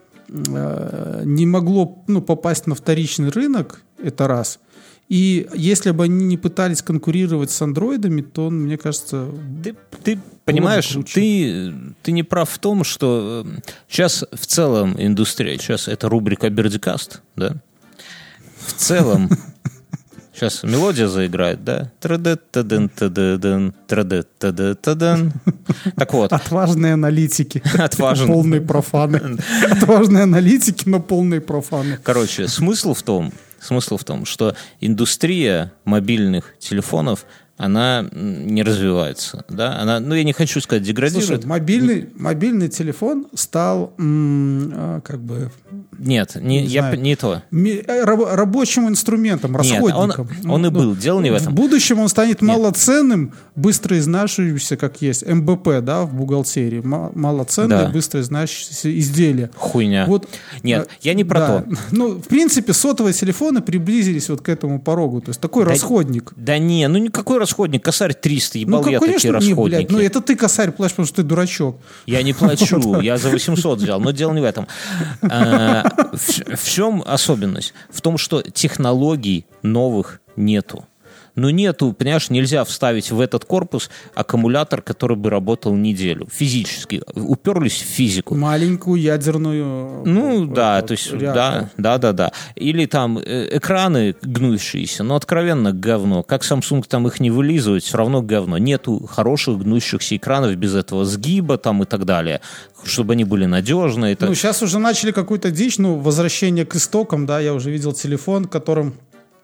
э, не могло, ну, попасть на вторичный рынок, это раз. И если бы они не пытались конкурировать с андроидами, то, мне кажется... Ты, ты понимаешь, круче. ты, ты не прав в том, что э, сейчас в целом индустрия, сейчас это рубрика Бердикаст, да? В целом, сейчас мелодия заиграет, да? Тра-дэ-та-дэн, та-дэ-дэн, тра-дэ-та-дэ-та-дэн. Так вот, Отважные аналитики. Отважные. Полные профаны. Отважные аналитики, но полные профаны. короче, смысл в том, смысл в том, что индустрия мобильных телефонов, она м, не развивается, да? Она, ну, я не хочу сказать, деградирует. Слушай, мобильный, мобильный телефон стал м, а, как бы Нет, не, Не я, знаю. п- не то. ми- э, рабо- рабочим инструментом, Нет, он, расходником. он и Ну, был, дело не в этом. В будущем он станет малоценным, быстро изнашивающимся, как есть эм бэ пэ, да, в бухгалтерии. Ма- Малоценное, Да. быстро изнашивающееся изделие. Хуйня. Вот, Нет, э, я не про да. то. Ну, в принципе, сотовые телефоны приблизились вот к этому порогу. То есть такой Да- расходник. Да не, ну никакой расходник, косарь триста, ебал Ну, я как, такие конечно, не, расходники. блядь, ну это ты косарь плачешь, потому что ты дурачок. Я не плачу, я за восемьсот взял, но дело не в этом. А, В в чем особенность? В том, что технологий новых нету. Ну нету, понимаешь, нельзя вставить в этот корпус аккумулятор, который бы работал неделю. Физически. Уперлись в физику. Маленькую ядерную... Ну э, да, вот, то есть реактор. да, да, да, да. Или там э, экраны гнущиеся, но откровенно говно. Как Samsung там их не вылизывать, все равно говно. Нету хороших гнущихся экранов без этого сгиба там и так далее, чтобы они были надежные. Это... Ну, сейчас уже начали какую-то дичь, ну, возвращение к истокам, да, я уже видел телефон, которым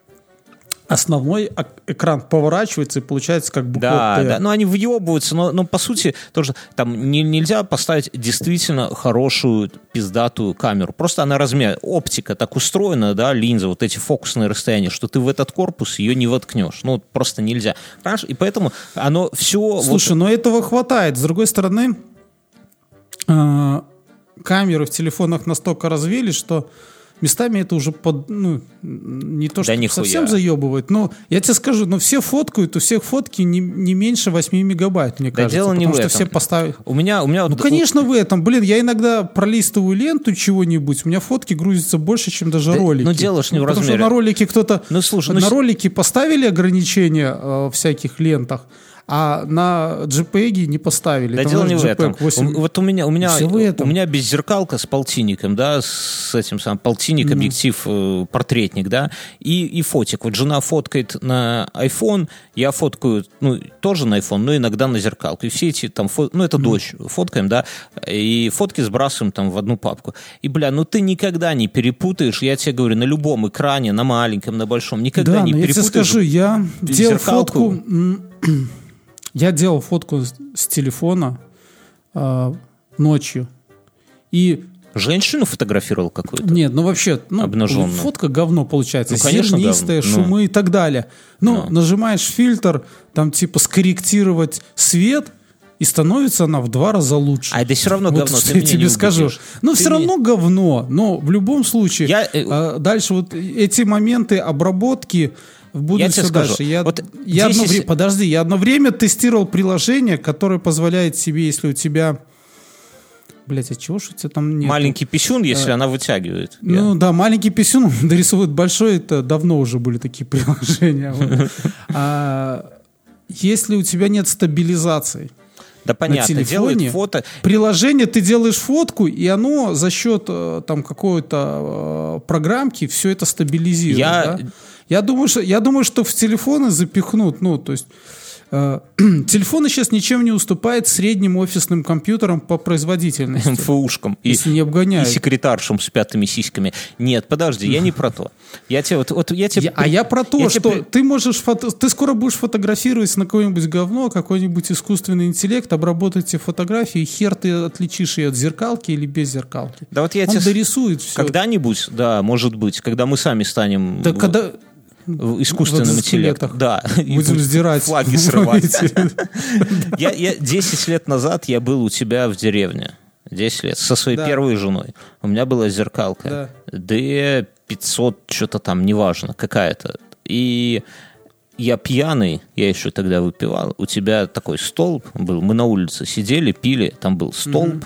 основной ак- экран поворачивается и получается как буква Да, Т. да, ну они въебываются, но, но по сути тоже там не- нельзя поставить действительно хорошую пиздатую камеру. Просто она размер, оптика так устроена, да, линза, вот эти фокусные расстояния, что ты в этот корпус ее не воткнешь. Ну, просто нельзя. Понимаешь? И поэтому оно все... Слушай, но этого хватает. С другой стороны, э, камеры в телефонах настолько развились, что местами это уже под, ну, не то, Да что нихуя. совсем заебывает, но я тебе скажу, но все фоткают, у всех фотки не, не меньше восемь мегабайт, мне Да кажется. дело не потому в что этом. все поставили... У меня, у меня Ну, вот- конечно, в этом. Блин, я иногда пролистываю ленту чего-нибудь, у меня фотки грузятся больше, чем даже Да, ролики. ну, дело ж не в Потому размере. что на ролике кто-то... Ну, слушай, ну, на с- ролике поставили ограничения э, в всяких лентах, а на JPEG не поставили. Да Там, дело знаешь, не в этом. JPEG восемь. У- Вот у меня, у меня, Всё в этом. у меня беззеркалка с полтинником, да, с этим самым полтинник, объектив, э, портретник, да, и, и фотик. Вот жена фоткает на iPhone, я фоткаю, ну, тоже на iPhone, но иногда на зеркалку. И все эти там, фо- ну, это дочь, фоткаем, да, и фотки сбрасываем там в одну папку. И, бля, ну ты никогда не перепутаешь, я тебе говорю, на любом экране, на маленьком, на большом, никогда Да, не но я тебе перепутаешь. скажу, я делал зеркалку. фотку... м, Я делал фотку с, с телефона э, ночью. И Женщину фотографировал какую-то? нет, ну вообще, ну, Обнаженную. фотка говно получается. Ну, конечно, зернистая, говно. Ну. шумы и так далее. Ну, Ну. нажимаешь фильтр, там типа скорректировать свет, и становится она в два раза лучше. А это все равно Вот говно, что ты я меня тебе не скажу. убедишь. Ну, Ты все меня- равно говно, но в любом случае. Я, э, а, дальше вот эти моменты обработки будут Я тебе все скажу, дальше. Я, вот я одно десять вре- Подожди, я одно время тестировал приложение, которое позволяет себе, если у тебя... Блять, а чего ж у тебя там нет? Маленький писюн, если она вытягивает. Ну да, маленький писюн дорисовывает большой, это давно уже были такие приложения. Вот. А если у тебя нет стабилизации Да понятно, на делает телефоне, фото. приложение, ты делаешь фотку, и оно за счет э, там какой-то э, программки все это стабилизирует. Я- да? Я думаю, что, я думаю, что в телефоны запихнут, ну, то есть э, телефоны сейчас ничем не уступают средним офисным компьютерам по производительности. МФУшкам и, Если не и обгоняют. секретаршам с пятыми сиськами. Нет, подожди, я не про то. Я тебе вот, вот я тебе. Я- а я про то, я что тебе- ты можешь фото- ты скоро будешь фотографировать на какое-нибудь говно, какой-нибудь искусственный интеллект, обработать тебе фотографии, и хер ты отличишь ее от зеркалки или без зеркалки. Да вот я Он тебе с- дорисует все. Когда-нибудь, да, может быть, когда мы сами станем Да в- когда в искусственным в интеллектом. экзоскелетах Да. И будем будем сдирать флаги срывать. эти. Я, я десять лет назад я был у тебя в деревне. десять лет. Со своей Да. первой женой. У меня была зеркалка. Д пятьсот, что-то там, неважно, какая-то. И я пьяный, я еще тогда выпивал. У тебя такой столб был. Мы на улице сидели, пили. Там был столб,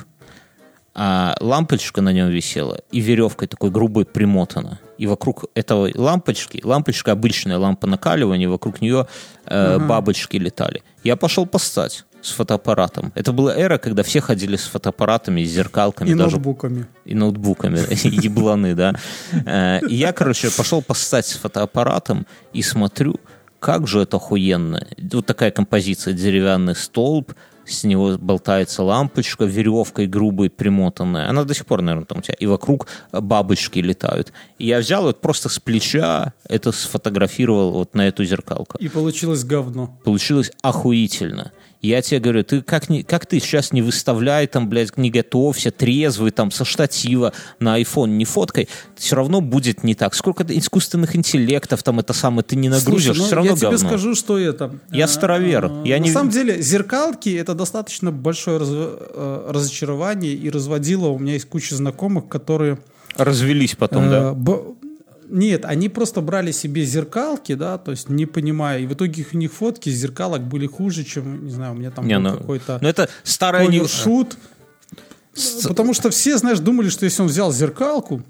а лампочка на нем висела, и веревкой такой грубой примотана. И вокруг этого лампочки, лампочка обычная, лампа накаливания, вокруг нее э, бабочки летали. Я пошел постать с фотоаппаратом. Это была эра, когда все ходили с фотоаппаратами, с зеркалками. И даже ноутбуками. и ноутбуками, ебланы, да. Э, И я, короче, пошел постать с фотоаппаратом и смотрю, как же это охуенно. Вот такая композиция, деревянный столб, с него болтается лампочка, веревкой грубой примотанная. Она до сих пор, наверное, там у тебя. И вокруг бабочки летают. И я взял вот просто с плеча это сфотографировал вот на эту зеркалку. И получилось говно. Получилось охуительно. Я тебе говорю, ты как, не, как ты сейчас не выставляй там, блядь, не готовься, трезвый там, со штатива на iPhone не фоткай, все равно будет не так. Сколько искусственных интеллектов там это самое ты не нагрузишь, Слушай, ну, все равно я тебе говно. скажу, что это... Я э, старовер. э, Я на не- самом деле, зеркалки — это достаточно большое раз- э, разочарование, и разводило. У меня есть куча знакомых, которые... Развелись потом, э, да? б- Нет, они просто брали себе зеркалки, да, то есть не понимая, и в итоге у них фотки с зеркалок были хуже, чем, не знаю, у меня там Не, был ну, какой-то ну это старая не... шут. Потому что все, знаешь, думали, что если он взял зеркалку,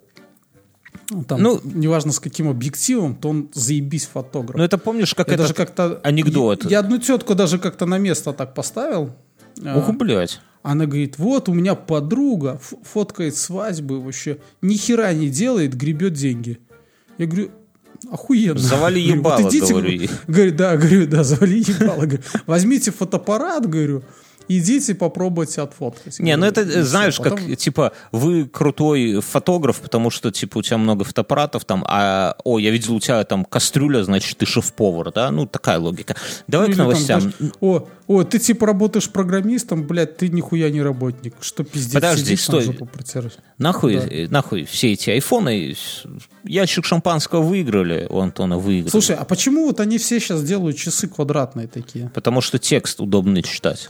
ну, там, Ну, неважно с каким объективом, то он заебись фотограф. Ну это помнишь, как Я это даже как-то... анекдот? Я, я одну тетку даже как-то на место так поставил. А, Ох, блядь. Она говорит, вот у меня подруга ф- фоткает свадьбы вообще, ни хера не делает, гребет деньги. Я говорю, охуенно. Завали Говорю, ебало, вот идите, говорю ей. Говорю, да, говорю, да, завали ебало. Говорю, возьмите фотоаппарат, говорю, идите попробуйте отфоткать. Не, ну Говорю, это, и знаешь, всё. как, Потом- типа, вы крутой фотограф, потому что, типа, у тебя много фотоаппаратов, там, а, о, я видел, у тебя там кастрюля, значит, ты шеф-повар, да? Ну, такая логика. Давай Ну, к или там, новостям. знаешь, о, о, ты типа работаешь программистом, блядь, ты нихуя не работник. Что пиздец, Подожди, сидишь там, стой. жопу протираешь. Нахуй, Да. э, нахуй все эти айфоны, ящик шампанского выиграли, у Антона выиграли. Слушай, а почему вот они все сейчас делают часы квадратные такие? Потому что текст удобно читать. Он А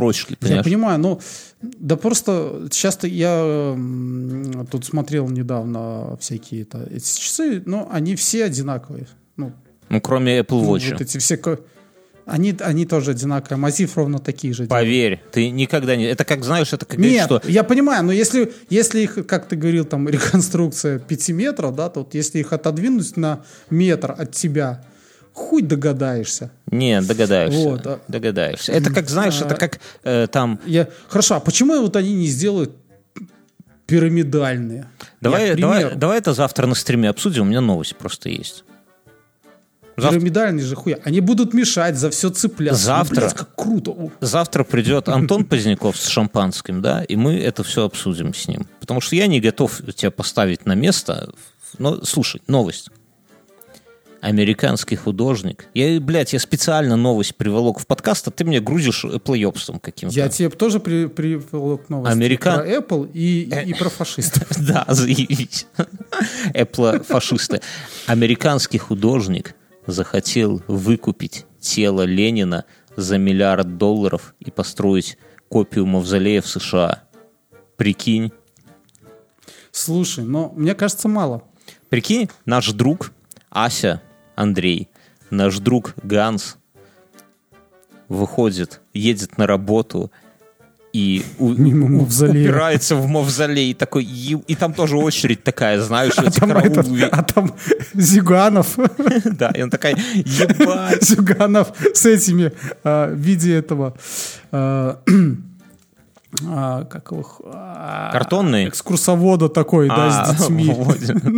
строчки, Я понимаешь? понимаю, но да просто часто я м, тут смотрел недавно всякие это, эти часы, но они все одинаковые. Ну, Ну, кроме Apple ну, Watch. вот эти все, ко- они, они тоже одинаковые. Мазив ровно такие же. делают. Поверь, ты никогда не... Это как, знаешь, это как говорить, Нет, что... я понимаю, но если, если их, как ты говорил, там реконструкция пяти метров, да, то вот если их отодвинуть на метр от тебя, хуй догадаешься. Нет, догадаешься. Вот, а- Догадаешься. Это как, знаешь, это как э, там... Я, хорошо, а почему вот они не сделают пирамидальные? Давай, Я, давай, пример. давай это завтра на стриме обсудим, у меня новость просто есть. Завтра, Пирамидальные же хуя. Они будут мешать, за все цепляться. Завтра. Ну, блядь, как круто. О, завтра придет Антон Поздняков с шампанским, да, и мы это все обсудим с ним. Потому что я не готов тебя поставить на место. Но, слушай, новость. Американский художник. Я, блядь, я специально новость приволок в подкаст, а ты мне грузишь плеёбством каким-то. Я тебе тоже при- привел к новости Америка- про Apple и, и, и про фашистов. Да, заявись. Эпла-фашисты. Американский художник захотел выкупить тело Ленина за миллиард долларов и построить копию мавзолея в США. Прикинь. Слушай, но мне кажется, мало. Прикинь, наш друг Ася Андрей, наш друг Ганс выходит, едет на работу и у- Мимо мавзолея. упирается в мавзолей и такой, и, и там тоже очередь такая, знаешь, А эти там, этот, караулы. а там Зюганов, Да, и он такая, ебать. Зюганов с этими а, в виде этого а, а, как его, а, Картонный? экскурсовода такой, да, А, с детьми. вот.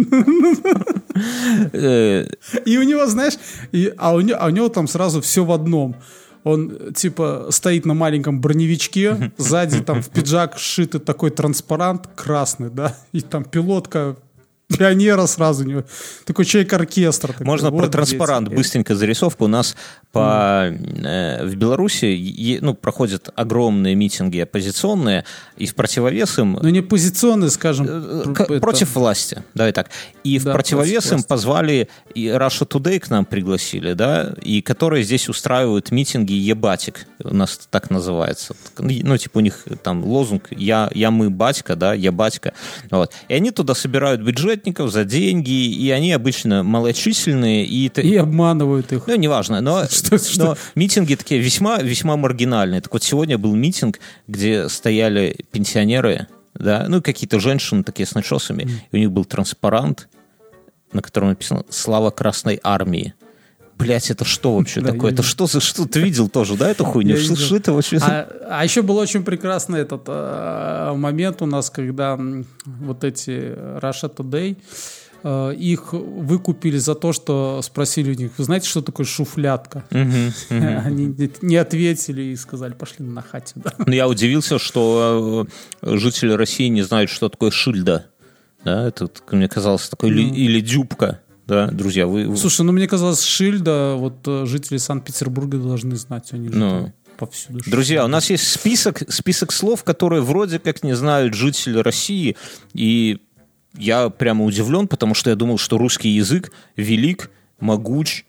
Э, И у него, знаешь, и, а, у него, а у него там сразу все в одном. Он, типа, стоит на маленьком броневичке, сзади там в пиджак сшитый такой транспарант красный, да, и там пилотка пионера сразу у него. Такой человек-оркестр. такой. Можно Вот, про транспарант дети. быстренько зарисовку. У нас по, э, в Беларуси е- ну, проходят огромные митинги оппозиционные, и в противовес им Ну, не позиционный, скажем. К- пр- это- против власти, давай так. И в Да, противовес против им власти. позвали, и Russia Today к нам пригласили, да, и которые здесь устраивают митинги «Ебатик», у нас это так называется. Ну, типа у них там лозунг «Я, я мы батька», да, «Я батька». Вот. И они туда собирают бюджетников за деньги, и они обычно малочисленные. И, ты- И обманывают их. ну, неважно, но, Что- что? но митинги такие весьма, весьма маргинальные. Так вот, сегодня был митинг, где стояли пенсионеры, да, ну, какие-то женщины такие с начесами, и у них был транспарант, на котором написано «Слава Красной Армии». Блять, это что вообще Да, такое? я Это видел. что за что? Ты видел тоже, да, эту хуйню? Я Что, видел. что это вообще? А, а еще был очень прекрасный этот э, момент у нас, когда м, вот эти Russia Today э, их выкупили за то, что спросили у них, вы знаете, что такое шуфлятка? Они не- не ответили и сказали, пошли нахать сюда. Ну, я удивился, что э, жители России не знают, что такое шильда. Да, это, вот, мне казалось, такой или, или дюбка. Да, друзья, вы... вы- Слушай, ну мне казалось, шильда, вот э, жители Санкт-Петербурга должны знать, они же Ну. там повсюду. Друзья, у нас есть список, список слов, которые вроде как не знают жители России, и я прямо удивлен, потому что я думал, что русский язык велик, могуч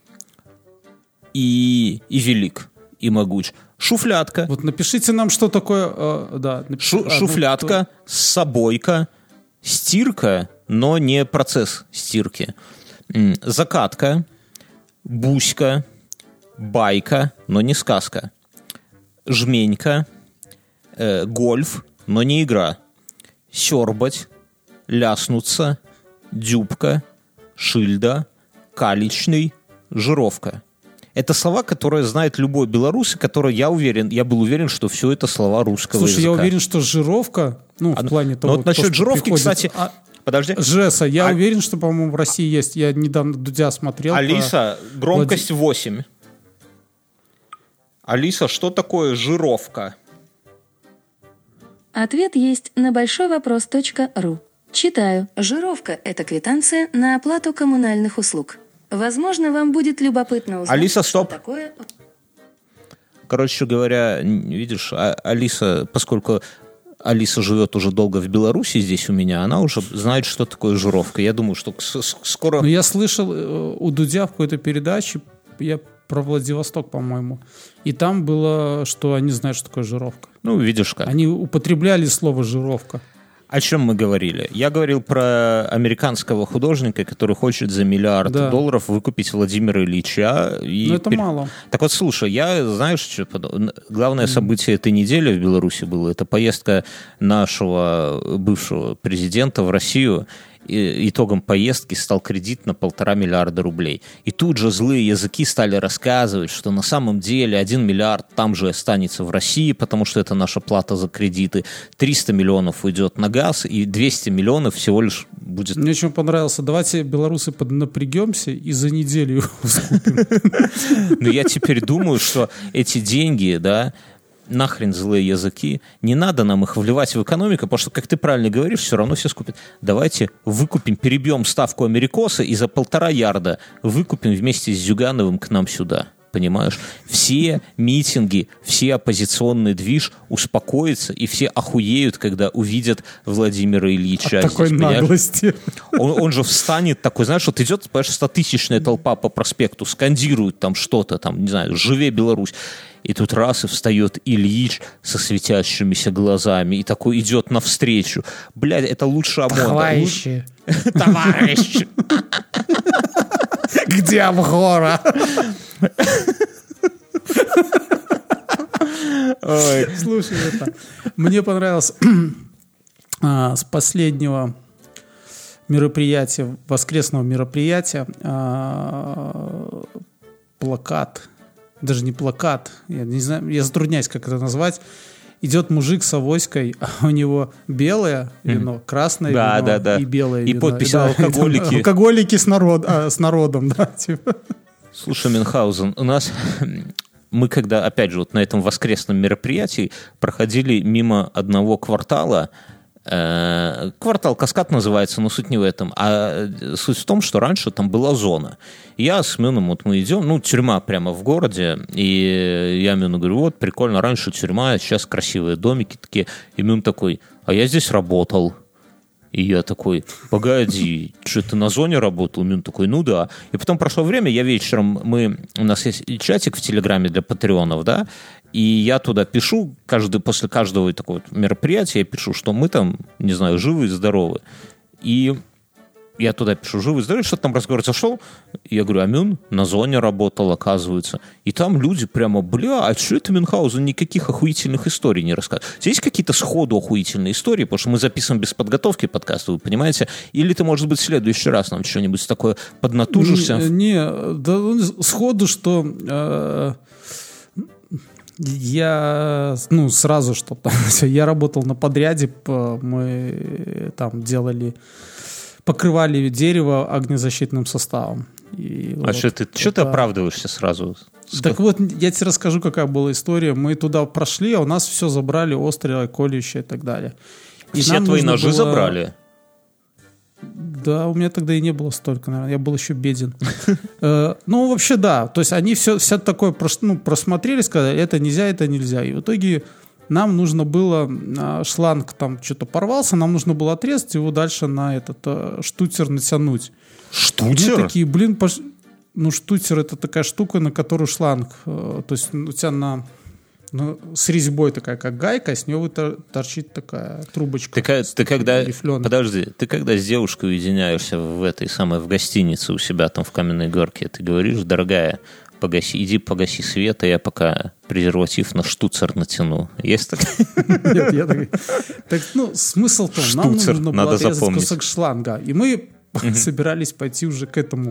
и, и велик, и могуч. Шуфлятка. Вот напишите нам, что такое... э, да, напиши- Шу- а, ну, шуфлятка, собойка, стирка, но не процесс стирки. М, Закатка, буська, байка, но не сказка. Жменька, э, гольф, но не игра. Сёрбать, ляснуться, дюбка, шильда, каличный, жировка. Это слова, которые знает любой белорус, и которые я уверен, я был уверен, что все это слова русского Слушай, языка. я уверен, что жировка, ну, в А, плане ну, того, вот насчет то, что жировки, приходит- кстати, А, Подожди. Жеса, я А- уверен, что, по-моему, в России есть. Я недавно Дудя смотрел. Алиса, громкость восемь. Алиса, что такое жировка? Ответ есть на большой вопрос точка ру. Читаю. Жировка – это квитанция на оплату коммунальных услуг. Возможно, вам будет любопытно узнать, Алиса, что стоп. такое... Короче говоря, н- видишь, А- Алиса, поскольку Алиса живет уже долго в Беларуси здесь у меня, она уже знает, что такое жировка. Я думаю, что с- с- скоро... Но я слышал э, у Дудя в какой-то передаче, я про Владивосток, по-моему. И там было, что они знают, что такое жировка. Ну, видишь как. Они употребляли слово «жировка». О чем мы говорили? Я говорил про американского художника, который хочет за миллиард Да. долларов выкупить Владимира Ильича. И Но это пер- мало. Так вот, слушай, я, знаешь, что подумал? Главное событие этой недели в Беларуси было, это поездка нашего бывшего президента в Россию. И итогом поездки стал кредит на полтора миллиарда рублей. И тут же злые языки стали рассказывать, что на самом деле один миллиард там же останется в России, потому что это наша плата за кредиты. триста миллионов уйдет на газ, и двести миллионов всего лишь будет... Мне очень понравился. Давайте, белорусы, поднапрягемся и за неделю его скупим. Но я теперь думаю, что эти деньги, да, нахрен злые языки, не надо нам их вливать в экономику, потому что, как ты правильно говоришь, все равно все скупят. Давайте выкупим, перебьем ставку америкоса и за полтора ярда выкупим вместе с Зюгановым к нам сюда. Понимаешь? Все митинги, все оппозиционный движ успокоятся, и все охуеют, когда увидят Владимира Ильича. От такой здесь, понимаешь? наглости. Он, он же встанет такой, знаешь, вот идет, понимаешь, стотысячная толпа по проспекту, скандирует там что-то, там, не знаю, «Живе Беларусь». И тут раз и встает Ильич со светящимися глазами и такой идет навстречу. Блядь, это лучше ОМОНа. Товарищи. Товарищ! Где Амгора? Ой. Слушай, это... Мне понравилось а, с последнего мероприятия, воскресного мероприятия, а, плакат, даже не плакат, я не знаю, я затрудняюсь, как это назвать. Идет мужик с авоськой, а у него белое вино, красное Да, вино да, да. и белое И вино. подпись да, «Алкоголики». это алкоголики с, народ, а, с народом, да, типа. Слушай, Мюнхгаузен, у нас... Мы когда, опять же, вот на этом воскресном мероприятии проходили мимо одного квартала, э, квартал Каскад называется, но суть не в этом, а суть в том, что раньше там была зона. Я с Мюном, вот мы идем, ну, тюрьма прямо в городе, и я Мюну говорю, вот, прикольно, раньше тюрьма, сейчас красивые домики такие, и Мюн такой, а я здесь работал. И я такой, погоди, что ты на зоне работал? Мюн такой, ну да. И потом прошло время, я вечером, мы, у нас есть чатик в Телеграме для патреонов, да, и я туда пишу, каждый, после каждого такого вот мероприятия я пишу, что мы там, не знаю, живы и здоровы. И я туда пишу, живы и здоровы, что-то там разговор зашел, и я говорю, а Мюн на зоне работал, оказывается. И там люди прямо, бля, а что это Мюнхгаузен никаких охуительных историй не рассказывает? Здесь какие-то сходу охуительные истории, потому что мы записываем без подготовки подкаст, вы понимаете? Или ты, может быть, в следующий раз нам что-нибудь такое поднатужишься? Не, не, да, сходу, что э, я, ну, сразу, что там, я работал на подряде, мы там делали, покрывали дерево огнезащитным составом. И А вот что ты, что ты это- оправдываешься сразу? Так вот, я тебе расскажу, какая была история. Мы туда прошли, а у нас все забрали, острое, колющее и так далее. И Все нам твои нужно ножи было- забрали? Да, у меня тогда и не было столько, наверное. Я был еще беден. Э, Ну, вообще, да. То есть они все, все такое прош- ну, просмотрели, сказали, это нельзя, это нельзя. И в итоге нам нужно было, а, шланг там что-то порвался, нам нужно было отрезать его дальше на этот а, штуцер натянуть. Мы Штуцер? такие, блин, пош- ну, штуцер — это такая штука, на которую шланг, э, то есть у тебя на, ну, с резьбой такая, как гайка, а с нее вытор- торчит такая трубочка. Ты, ка- ты когда, рифленая. подожди, ты когда с девушкой уединяешься в этой самой, в гостинице у себя там в Каменной Горке, ты говоришь, дорогая, погаси, иди погаси свет, а я пока презерватив на штуцер натяну. Есть такая? Нет, я такой, так, ну, смысл в том, нам Штуцер, нужно было надо отрезать запомнить. кусок шланга, и мы собирались пойти уже к этому,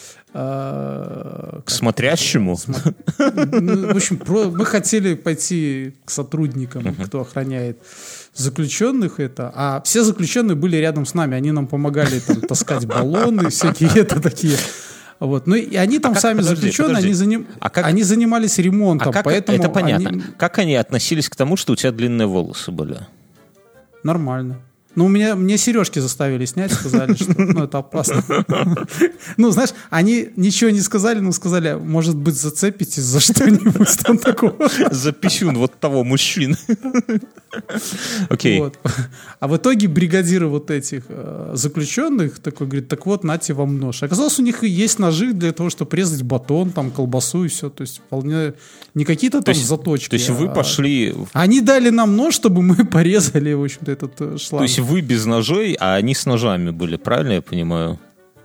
э, К смотрящему? ну, в общем, про- мы хотели пойти к сотрудникам, кто охраняет заключенных это, а все заключенные были рядом с нами, они нам помогали там таскать баллоны, всякие это такие. Вот. Ну и они там как- сами подожди, заключенные, подожди. они, заним- А как- они занимались ремонтом, А как поэтому это понятно? они- Как они относились к тому, что у тебя длинные волосы были? нормально. Ну, у меня, мне сережки заставили снять, сказали, что ну, это опасно. Ну, знаешь, они ничего не сказали, но сказали, может быть, зацепитесь за что-нибудь там такого. За писюн вот того мужчины. Окей. Вот. А в итоге бригадиры вот этих э, заключенных такой говорит, так вот, нате вам нож. Оказалось, у них и есть ножи для того, чтобы резать батон, там, колбасу и все. То есть вполне не какие-то там То есть, заточки. то есть вы а... пошли... Они дали нам нож, чтобы мы порезали, в общем-то, этот э, шланг. То есть вы без ножей, а они с ножами были, правильно я понимаю?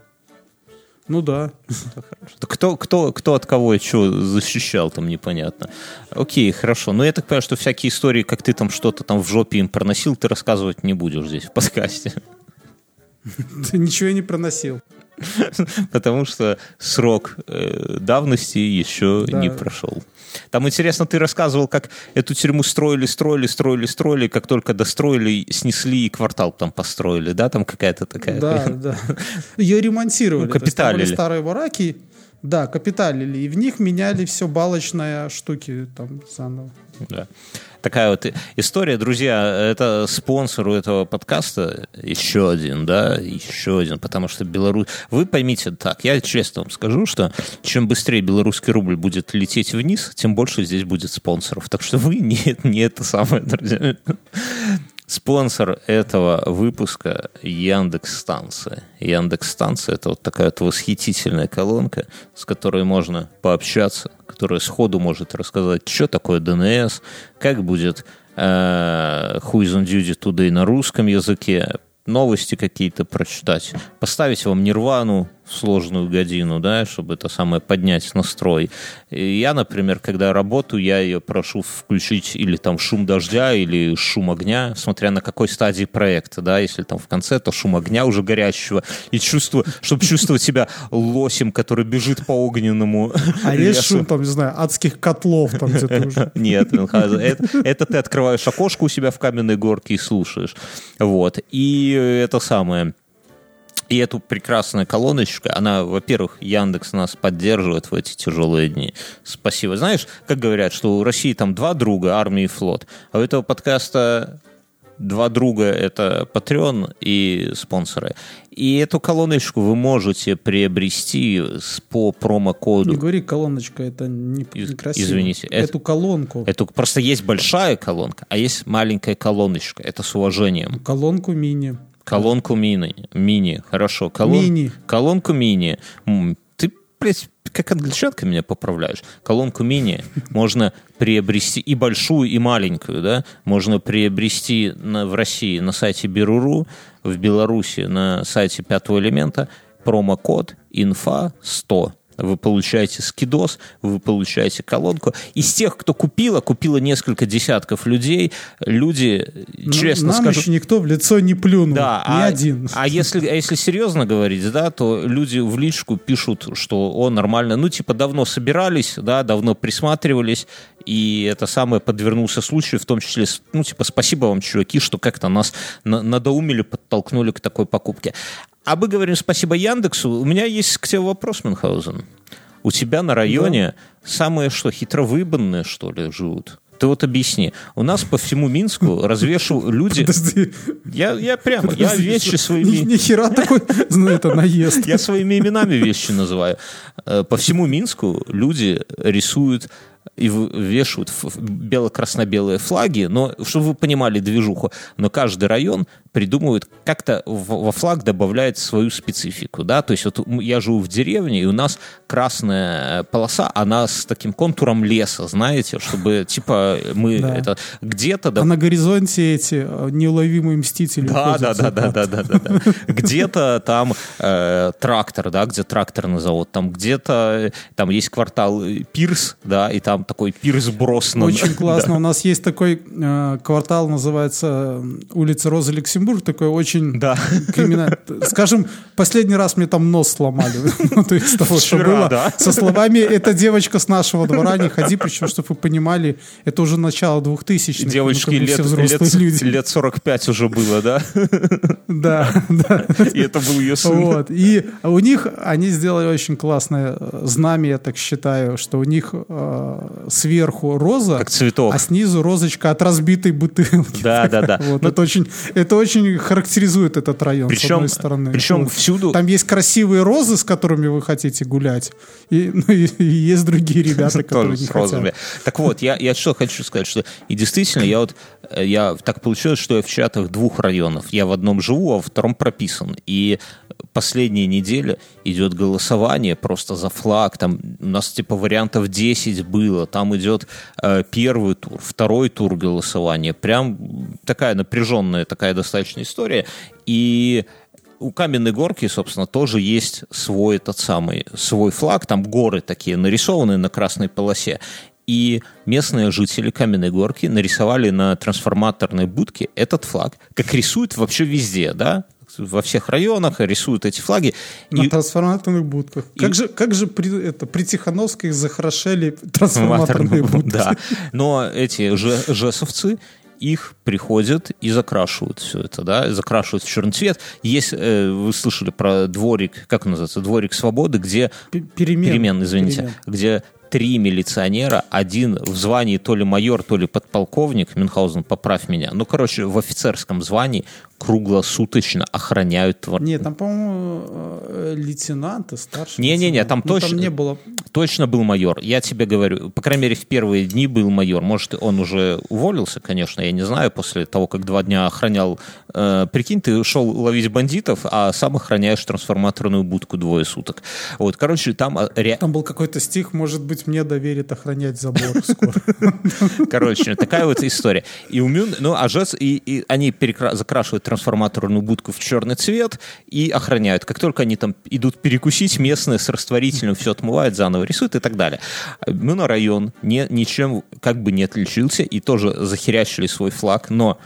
Ну да. Кто, кто, кто от кого и что защищал, там непонятно. Окей, хорошо. Но я так понимаю, что всякие истории, как ты там что-то там в жопе им проносил, ты рассказывать не будешь здесь в подкасте. Ты ничего не проносил. Потому что срок э, давности еще Да. не прошел. Там интересно, ты рассказывал, как эту тюрьму строили, строили, строили, строили, как только достроили, снесли и квартал там построили, да? Там какая-то такая... Да, да. Ее ремонтировали. Ну, То есть там были капиталили. старые бараки. Да, капиталили. И в них меняли все балочные штуки там заново. Да. Такая вот история, друзья, это спонсор у этого подкаста, еще один, да, еще один, потому что Беларусь... Вы поймите так, я честно вам скажу, что чем быстрее белорусский рубль будет лететь вниз, тем больше здесь будет спонсоров. Так что вы не, не это самое, друзья. Спонсор этого выпуска — Яндекс.Станция. Яндекс.Станция — это вот такая вот восхитительная колонка, с которой можно пообщаться, которая сходу может рассказать, что такое ДНС, как будет э, Who is on duty today на русском языке, новости какие-то прочитать, поставить вам Нирвану в сложную годину, да, чтобы это самое поднять настрой. И я, например, когда работаю, я ее прошу включить или там шум дождя, или шум огня, смотря на какой стадии проекта, да, если там в конце, то шум огня уже горящего, и чувство, чтобы чувствовать себя лосем, который бежит по огненному А лесу. есть шум, там, не знаю, адских котлов там где-то уже. Нет, это, это ты открываешь окошко у себя в каменной горке и слушаешь. Вот. И это самое... И эту прекрасную колоночку, она, во-первых, Яндекс нас поддерживает в эти тяжелые дни. Спасибо. Знаешь, как говорят, что у России там два друга, армия и флот, а у этого подкаста два друга — это Patreon и спонсоры. И эту колоночку вы можете приобрести с, по промокоду. Не говори колоночка, это не, Из- некрасиво. извините, это- Эту колонку. Это просто есть большая колонка, а есть маленькая колоночка. Это с уважением. Колонку мини. Колонку мини. Мини, хорошо. Колон... Мини. Колонку мини. М, Ты, блядь, как англичанка меня поправляешь. Колонку мини можно приобрести и большую, и маленькую, да? Можно приобрести на, в России на сайте Беру.ру, в Беларуси на сайте Пятого элемента, промокод инфа сто. Вы получаете скидос, вы получаете колонку. Из тех, кто купила, купила несколько десятков людей, люди, Ну, честно нам скажу... еще никто в лицо не плюнул. Да, Ни а, один. а если, а если серьезно говорить, да, то люди в личку пишут, что о, нормально, ну, типа, давно собирались, да, давно присматривались, и это самое подвернулся случай, в том числе, ну, типа, спасибо вам, чуваки, что как-то нас на- надоумили, подтолкнули к такой покупке. А мы говорим спасибо Яндексу. У меня есть к тебе вопрос, Мюнхгаузен. У тебя на районе самые что, хитровыебанные, что ли, живут? Ты вот объясни. У нас по всему Минску развешивают люди... Подожди. Я, я прямо, я Подожди, вещи что? своими... Ни, ни хера такой, ну, это наезд. Я своими именами вещи называю. Э, По всему Минску люди рисуют и в- вешают ф- ф- бело-красно-белые флаги, но, чтобы вы понимали движуху, но каждый район придумывает, как-то в- во флаг добавляет свою специфику, да, то есть вот м- я живу в деревне, и у нас красная полоса, она с таким контуром леса, знаете, чтобы, типа, мы Да. это где-то... А на горизонте эти э, неуловимые мстители. Да, ходят да, за да, да, да, да, да, да. Где-то там э, трактор, да, где тракторный завод, там где-то э, там есть квартал э, Пирс, да, и там такой Пирс Броснан. Очень классно. Да. У нас есть такой э, квартал, называется э, улица Роза Люксембург, такой очень Да. криминальный. Скажем, последний раз мне там нос сломали. Ну, то есть того, что Вчера, было. да? Со словами «эта девочка с нашего двора, не ходи», причем, чтобы вы понимали, это уже начало двухтысячных. Девочки ну, как бы лет, все взрослые лет, люди. лет сорок пять уже было, да? Да, да. И это был ее сын. Вот. И у них, они сделали очень классное знамя, я так считаю, что у них э, э, сверху роза, как цветок, а снизу розочка от разбитой бутылки. Да, да, да. Вот, ну, это, очень, это очень характеризует этот район, причем, с одной стороны. Причем вот. всюду... Там есть красивые розы, с которыми вы хотите гулять, и, ну, и, и есть другие ребята, которые не хотят. Так вот, я, я что хочу сказать, что и действительно, я вот я, так получилось, что я в чатах двух районов. Я в одном живу, а во втором прописан. И последние недели идет голосование просто за флаг. Там у нас типа вариантов десять было. Там идет э, первый тур, второй тур голосования. Прям такая напряженная, такая достаточно история. И у Каменной Горки, собственно, тоже есть свой этот самый, свой флаг. Там горы такие нарисованы на красной полосе. И местные жители Каменной Горки нарисовали на трансформаторной будке этот флаг, как рисуют вообще везде, да? Во всех районах рисуют эти флаги. На и... трансформаторных будках. И... Как же, как же при, это, при Тихановской захорошели трансформаторные будки? Да, но эти жесовцы, их приходят и закрашивают все это, да, закрашивают в черный цвет. Есть, э, вы слышали про дворик, как он называется, дворик свободы, где... Перемен. Перемен, извините. Перемен. Где три милиционера, один в звании то ли майор, то ли подполковник, Мюнхгаузен, поправь меня, ну, короче, в офицерском звании круглосуточно охраняют твор... Нет, там, по-моему, лейтенанты, старший. Не-не-не, там, ну, точно, там не было... точно был майор. Я тебе говорю, по крайней мере, в первые дни был майор. Может, он уже уволился, конечно, я не знаю, после того, как два дня охранял. Э, прикинь, ты шел ловить бандитов, а сам охраняешь трансформаторную будку двое суток. Вот, короче, там... Ре... Там был какой-то стих, может быть, мне доверят охранять забор скоро. Короче, такая вот история. И у Мюн... Ну, а ЖЭС... И они закрашивают трансформаторную будку в черный цвет и охраняют. Как только они там идут перекусить, местные с растворителем все отмывают, заново рисуют и так далее. Мюна район не, ничем как бы не отличился и тоже захерячили свой флаг, но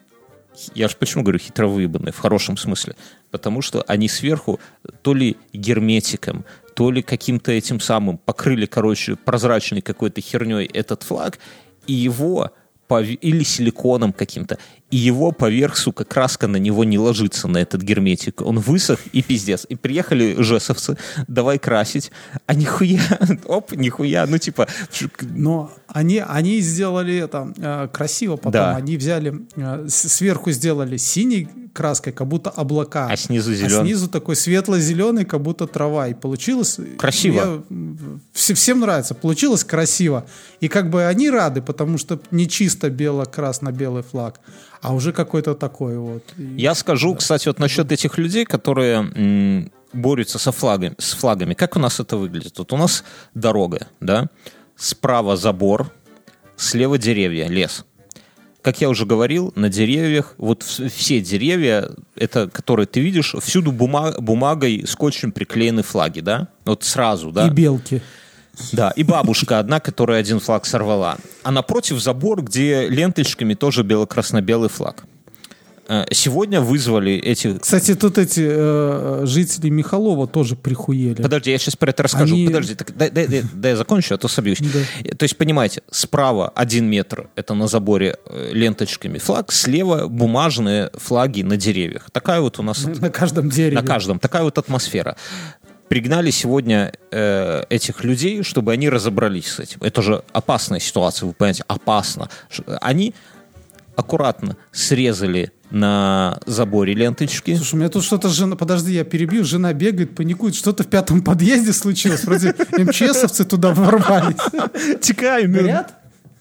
я же почему говорю хитро выебанные, в хорошем смысле, потому что они сверху то ли герметиком, то ли каким-то этим самым покрыли, короче, прозрачной какой-то херней этот флаг, и его или силиконом каким-то, и его поверх, сука, краска на него не ложится, на этот герметик. Он высох и пиздец. И приехали жесовцы, давай красить, а нихуя, оп, нихуя, ну типа... Но они, они сделали это э, красиво потом. Да. Они взяли, э, сверху сделали синей краской, как будто облака. А снизу зеленый. А снизу такой светло-зеленый, как будто трава. И получилось... Красиво. Я, вс- всем нравится. Получилось красиво. И как бы они рады, потому что не чисто бело-красно-белый флаг, а уже какой-то такой вот. Я скажу, да. Кстати, вот насчет этих людей, которые м, борются со флагами, с флагами. Как у нас это выглядит? Вот у нас дорога, да? Справа забор, слева деревья, лес. Как я уже говорил, на деревьях, вот все деревья, это, которые ты видишь, всюду бума- бумагой, скотчем приклеены флаги, да? Вот сразу, да? И белки. Да, и бабушка одна, которая один флаг сорвала. А напротив забор, где ленточками тоже бело-красно-белый флаг. Сегодня вызвали эти... Кстати, тут эти э, жители Михалова тоже прихуели. Подожди, я сейчас про это расскажу. Они... Подожди, так, дай, дай, дай, дай я закончу, а то собьюсь. Да. То есть, понимаете, справа один метр, это на заборе ленточками флаг, слева бумажные флаги на деревьях. Такая вот у нас... На, на каждом дереве. На каждом. Такая вот атмосфера. Пригнали сегодня э, этих людей, чтобы они разобрались с этим. Это же опасная ситуация, вы понимаете, опасно. Они аккуратно срезали на заборе ленточки. Слушай, у меня тут что-то жена... Подожди, я перебью. Жена бегает, паникует. Что-то в пятом подъезде случилось. Вроде МЧСовцы туда ворвались. Текаем. Говорят?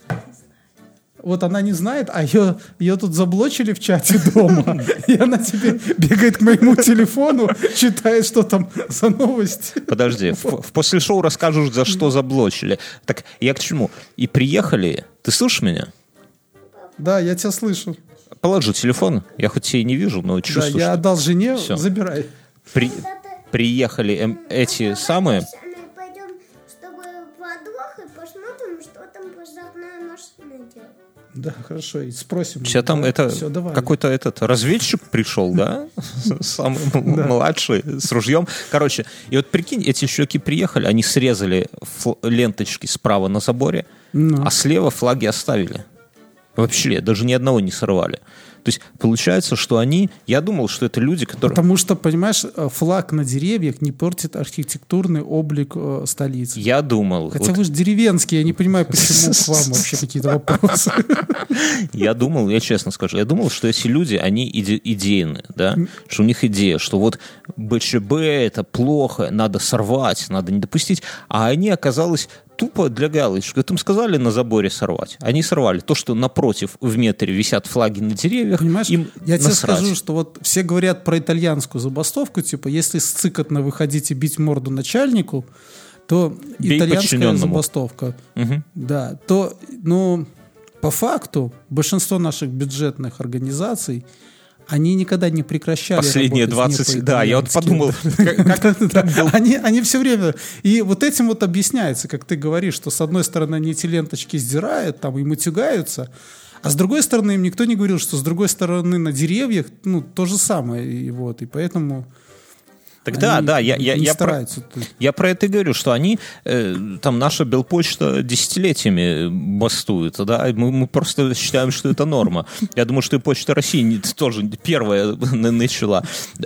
Вот она не знает, а ее, ее тут заблочили в чате дома. И она теперь бегает к моему телефону, читает, что там за новости. Подожди, в, в после шоу расскажешь, за что заблочили. Так, я к чему? И приехали... Ты слышишь меня? Да, я тебя слышу. Положи телефон. Я хоть тебя и не вижу, но чувствую, Да, я что... отдал жене, Все. Забирай. При... Приехали эм, эти самые... Пойдем с тобой во двор и посмотрим, что там пожарная машина делает. Да, хорошо, и спросим. Сейчас там это Все, какой-то этот разведчик пришел, да? Самый младший, с ружьем. Короче, и вот прикинь, эти чуваки приехали, они срезали ленточки справа на заборе, а слева флаги оставили. Вообще, даже ни одного не сорвали. То есть получается, что они... Я думал, что это люди, которые... Потому что, понимаешь, флаг на деревьях не портит архитектурный облик э, столицы. Я думал... Хотя вот... вы же деревенские, я не понимаю, почему к вам вообще какие-то вопросы. Я думал, я честно скажу, я думал, что эти люди, они иде- идейные, да, что у них идея, что вот БЧБ это плохо, надо сорвать, надо не допустить, а они оказалось тупо для галочки. Вот им сказали на заборе сорвать, они сорвали. То, что напротив в метре висят флаги на деревьях, понимаешь, им я тебе насрать. скажу, что вот все говорят про итальянскую забастовку, типа, если сцикотно выходить и бить морду начальнику, то Бей итальянская подчиненному. забастовка. Угу. Да, то, ну, по факту, большинство наших бюджетных организаций, они никогда не прекращали Последние работать двадцать... не Да, я вот по-итальянски. подумал, как, как, Да, они, они все время... И вот этим вот объясняется, как ты говоришь, что с одной стороны они эти ленточки сдирают, там, и матюгаются, а с другой стороны им никто не говорил, что с другой стороны на деревьях, ну, то же самое. И, вот, и поэтому... Так да, Они да, я, я, не я, про, стараются. я про это и говорю, что они, э, там наша Белпочта десятилетиями бастует, да, и мы, мы просто считаем, что это норма. Я думаю, что и Почта России не- тоже первая начала.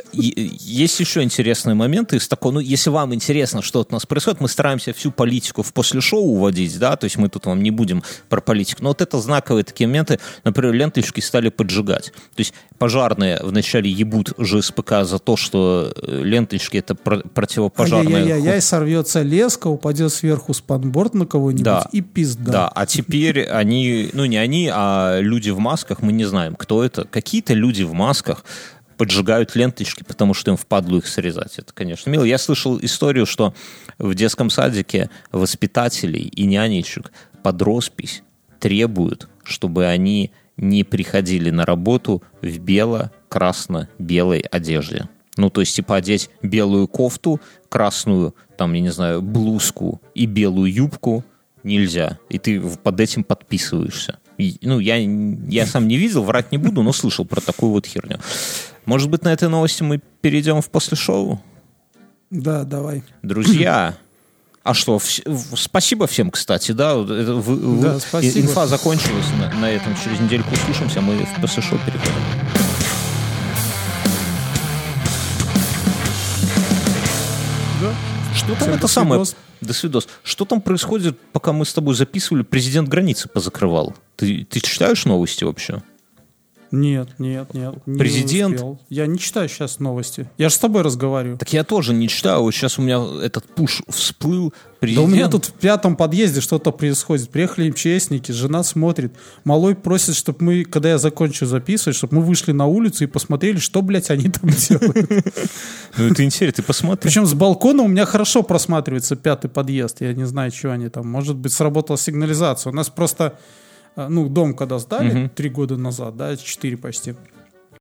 И есть еще интересные моменты из такого, ну, если вам интересно, что у нас происходит, мы стараемся всю политику в после шоу уводить, да, то есть мы тут вам не будем про политику, но вот это знаковые такие моменты, например, ленточки стали поджигать. То есть пожарные вначале ебут ЖСПК за то, что ленточки это про- противопожарная... Ай-яй-яй, сорвется леска, упадет сверху спанборд на кого-нибудь Да. и пизда. Да, а теперь они, ну не они, а люди в масках, мы не знаем, кто это. Какие-то люди в масках поджигают ленточки, потому что им впадло их срезать. Это, конечно, мило. Я слышал историю, что в детском садике воспитателей и нянечек под роспись требуют, чтобы они не приходили на работу в бело-красно-белой одежде. Ну, то есть, типа, одеть белую кофту, красную, там, я не знаю, блузку и белую юбку нельзя. И ты под этим подписываешься. И, ну, я, я сам не видел, врать не буду, но слышал про такую вот херню. Может быть, на этой новости мы перейдем в после шоу? Да, давай. Друзья, а что, вс- спасибо всем, кстати, да? Вот это вы- вы- Да, спасибо. Инфа закончилась на, на этом. Через недельку услышимся, мы в после шоу переходим. Что там Всем это до самое? свидос. До свидос. Что там происходит, пока мы с тобой записывали? Президент границы позакрывал. Ты, ты читаешь новости вообще? Нет, нет, нет. не Президент- успел. Я не читаю сейчас новости. Я же с тобой разговариваю. Так я тоже не читаю. Вот сейчас у меня этот пуш всплыл. Да Президент... у меня тут в пятом подъезде что-то происходит. Приехали МЧСники, жена смотрит. Малой просит, чтобы мы, когда я закончу записывать, чтобы мы вышли на улицу и посмотрели, что, блядь, они там делают. Ну это интересно, ты посмотри. Причем с балкона у меня хорошо просматривается пятый подъезд. Я не знаю, что они там. Может быть, сработала сигнализация. У нас просто, э, ну, дом когда сдали Мгм. три года назад, да, четыре почти.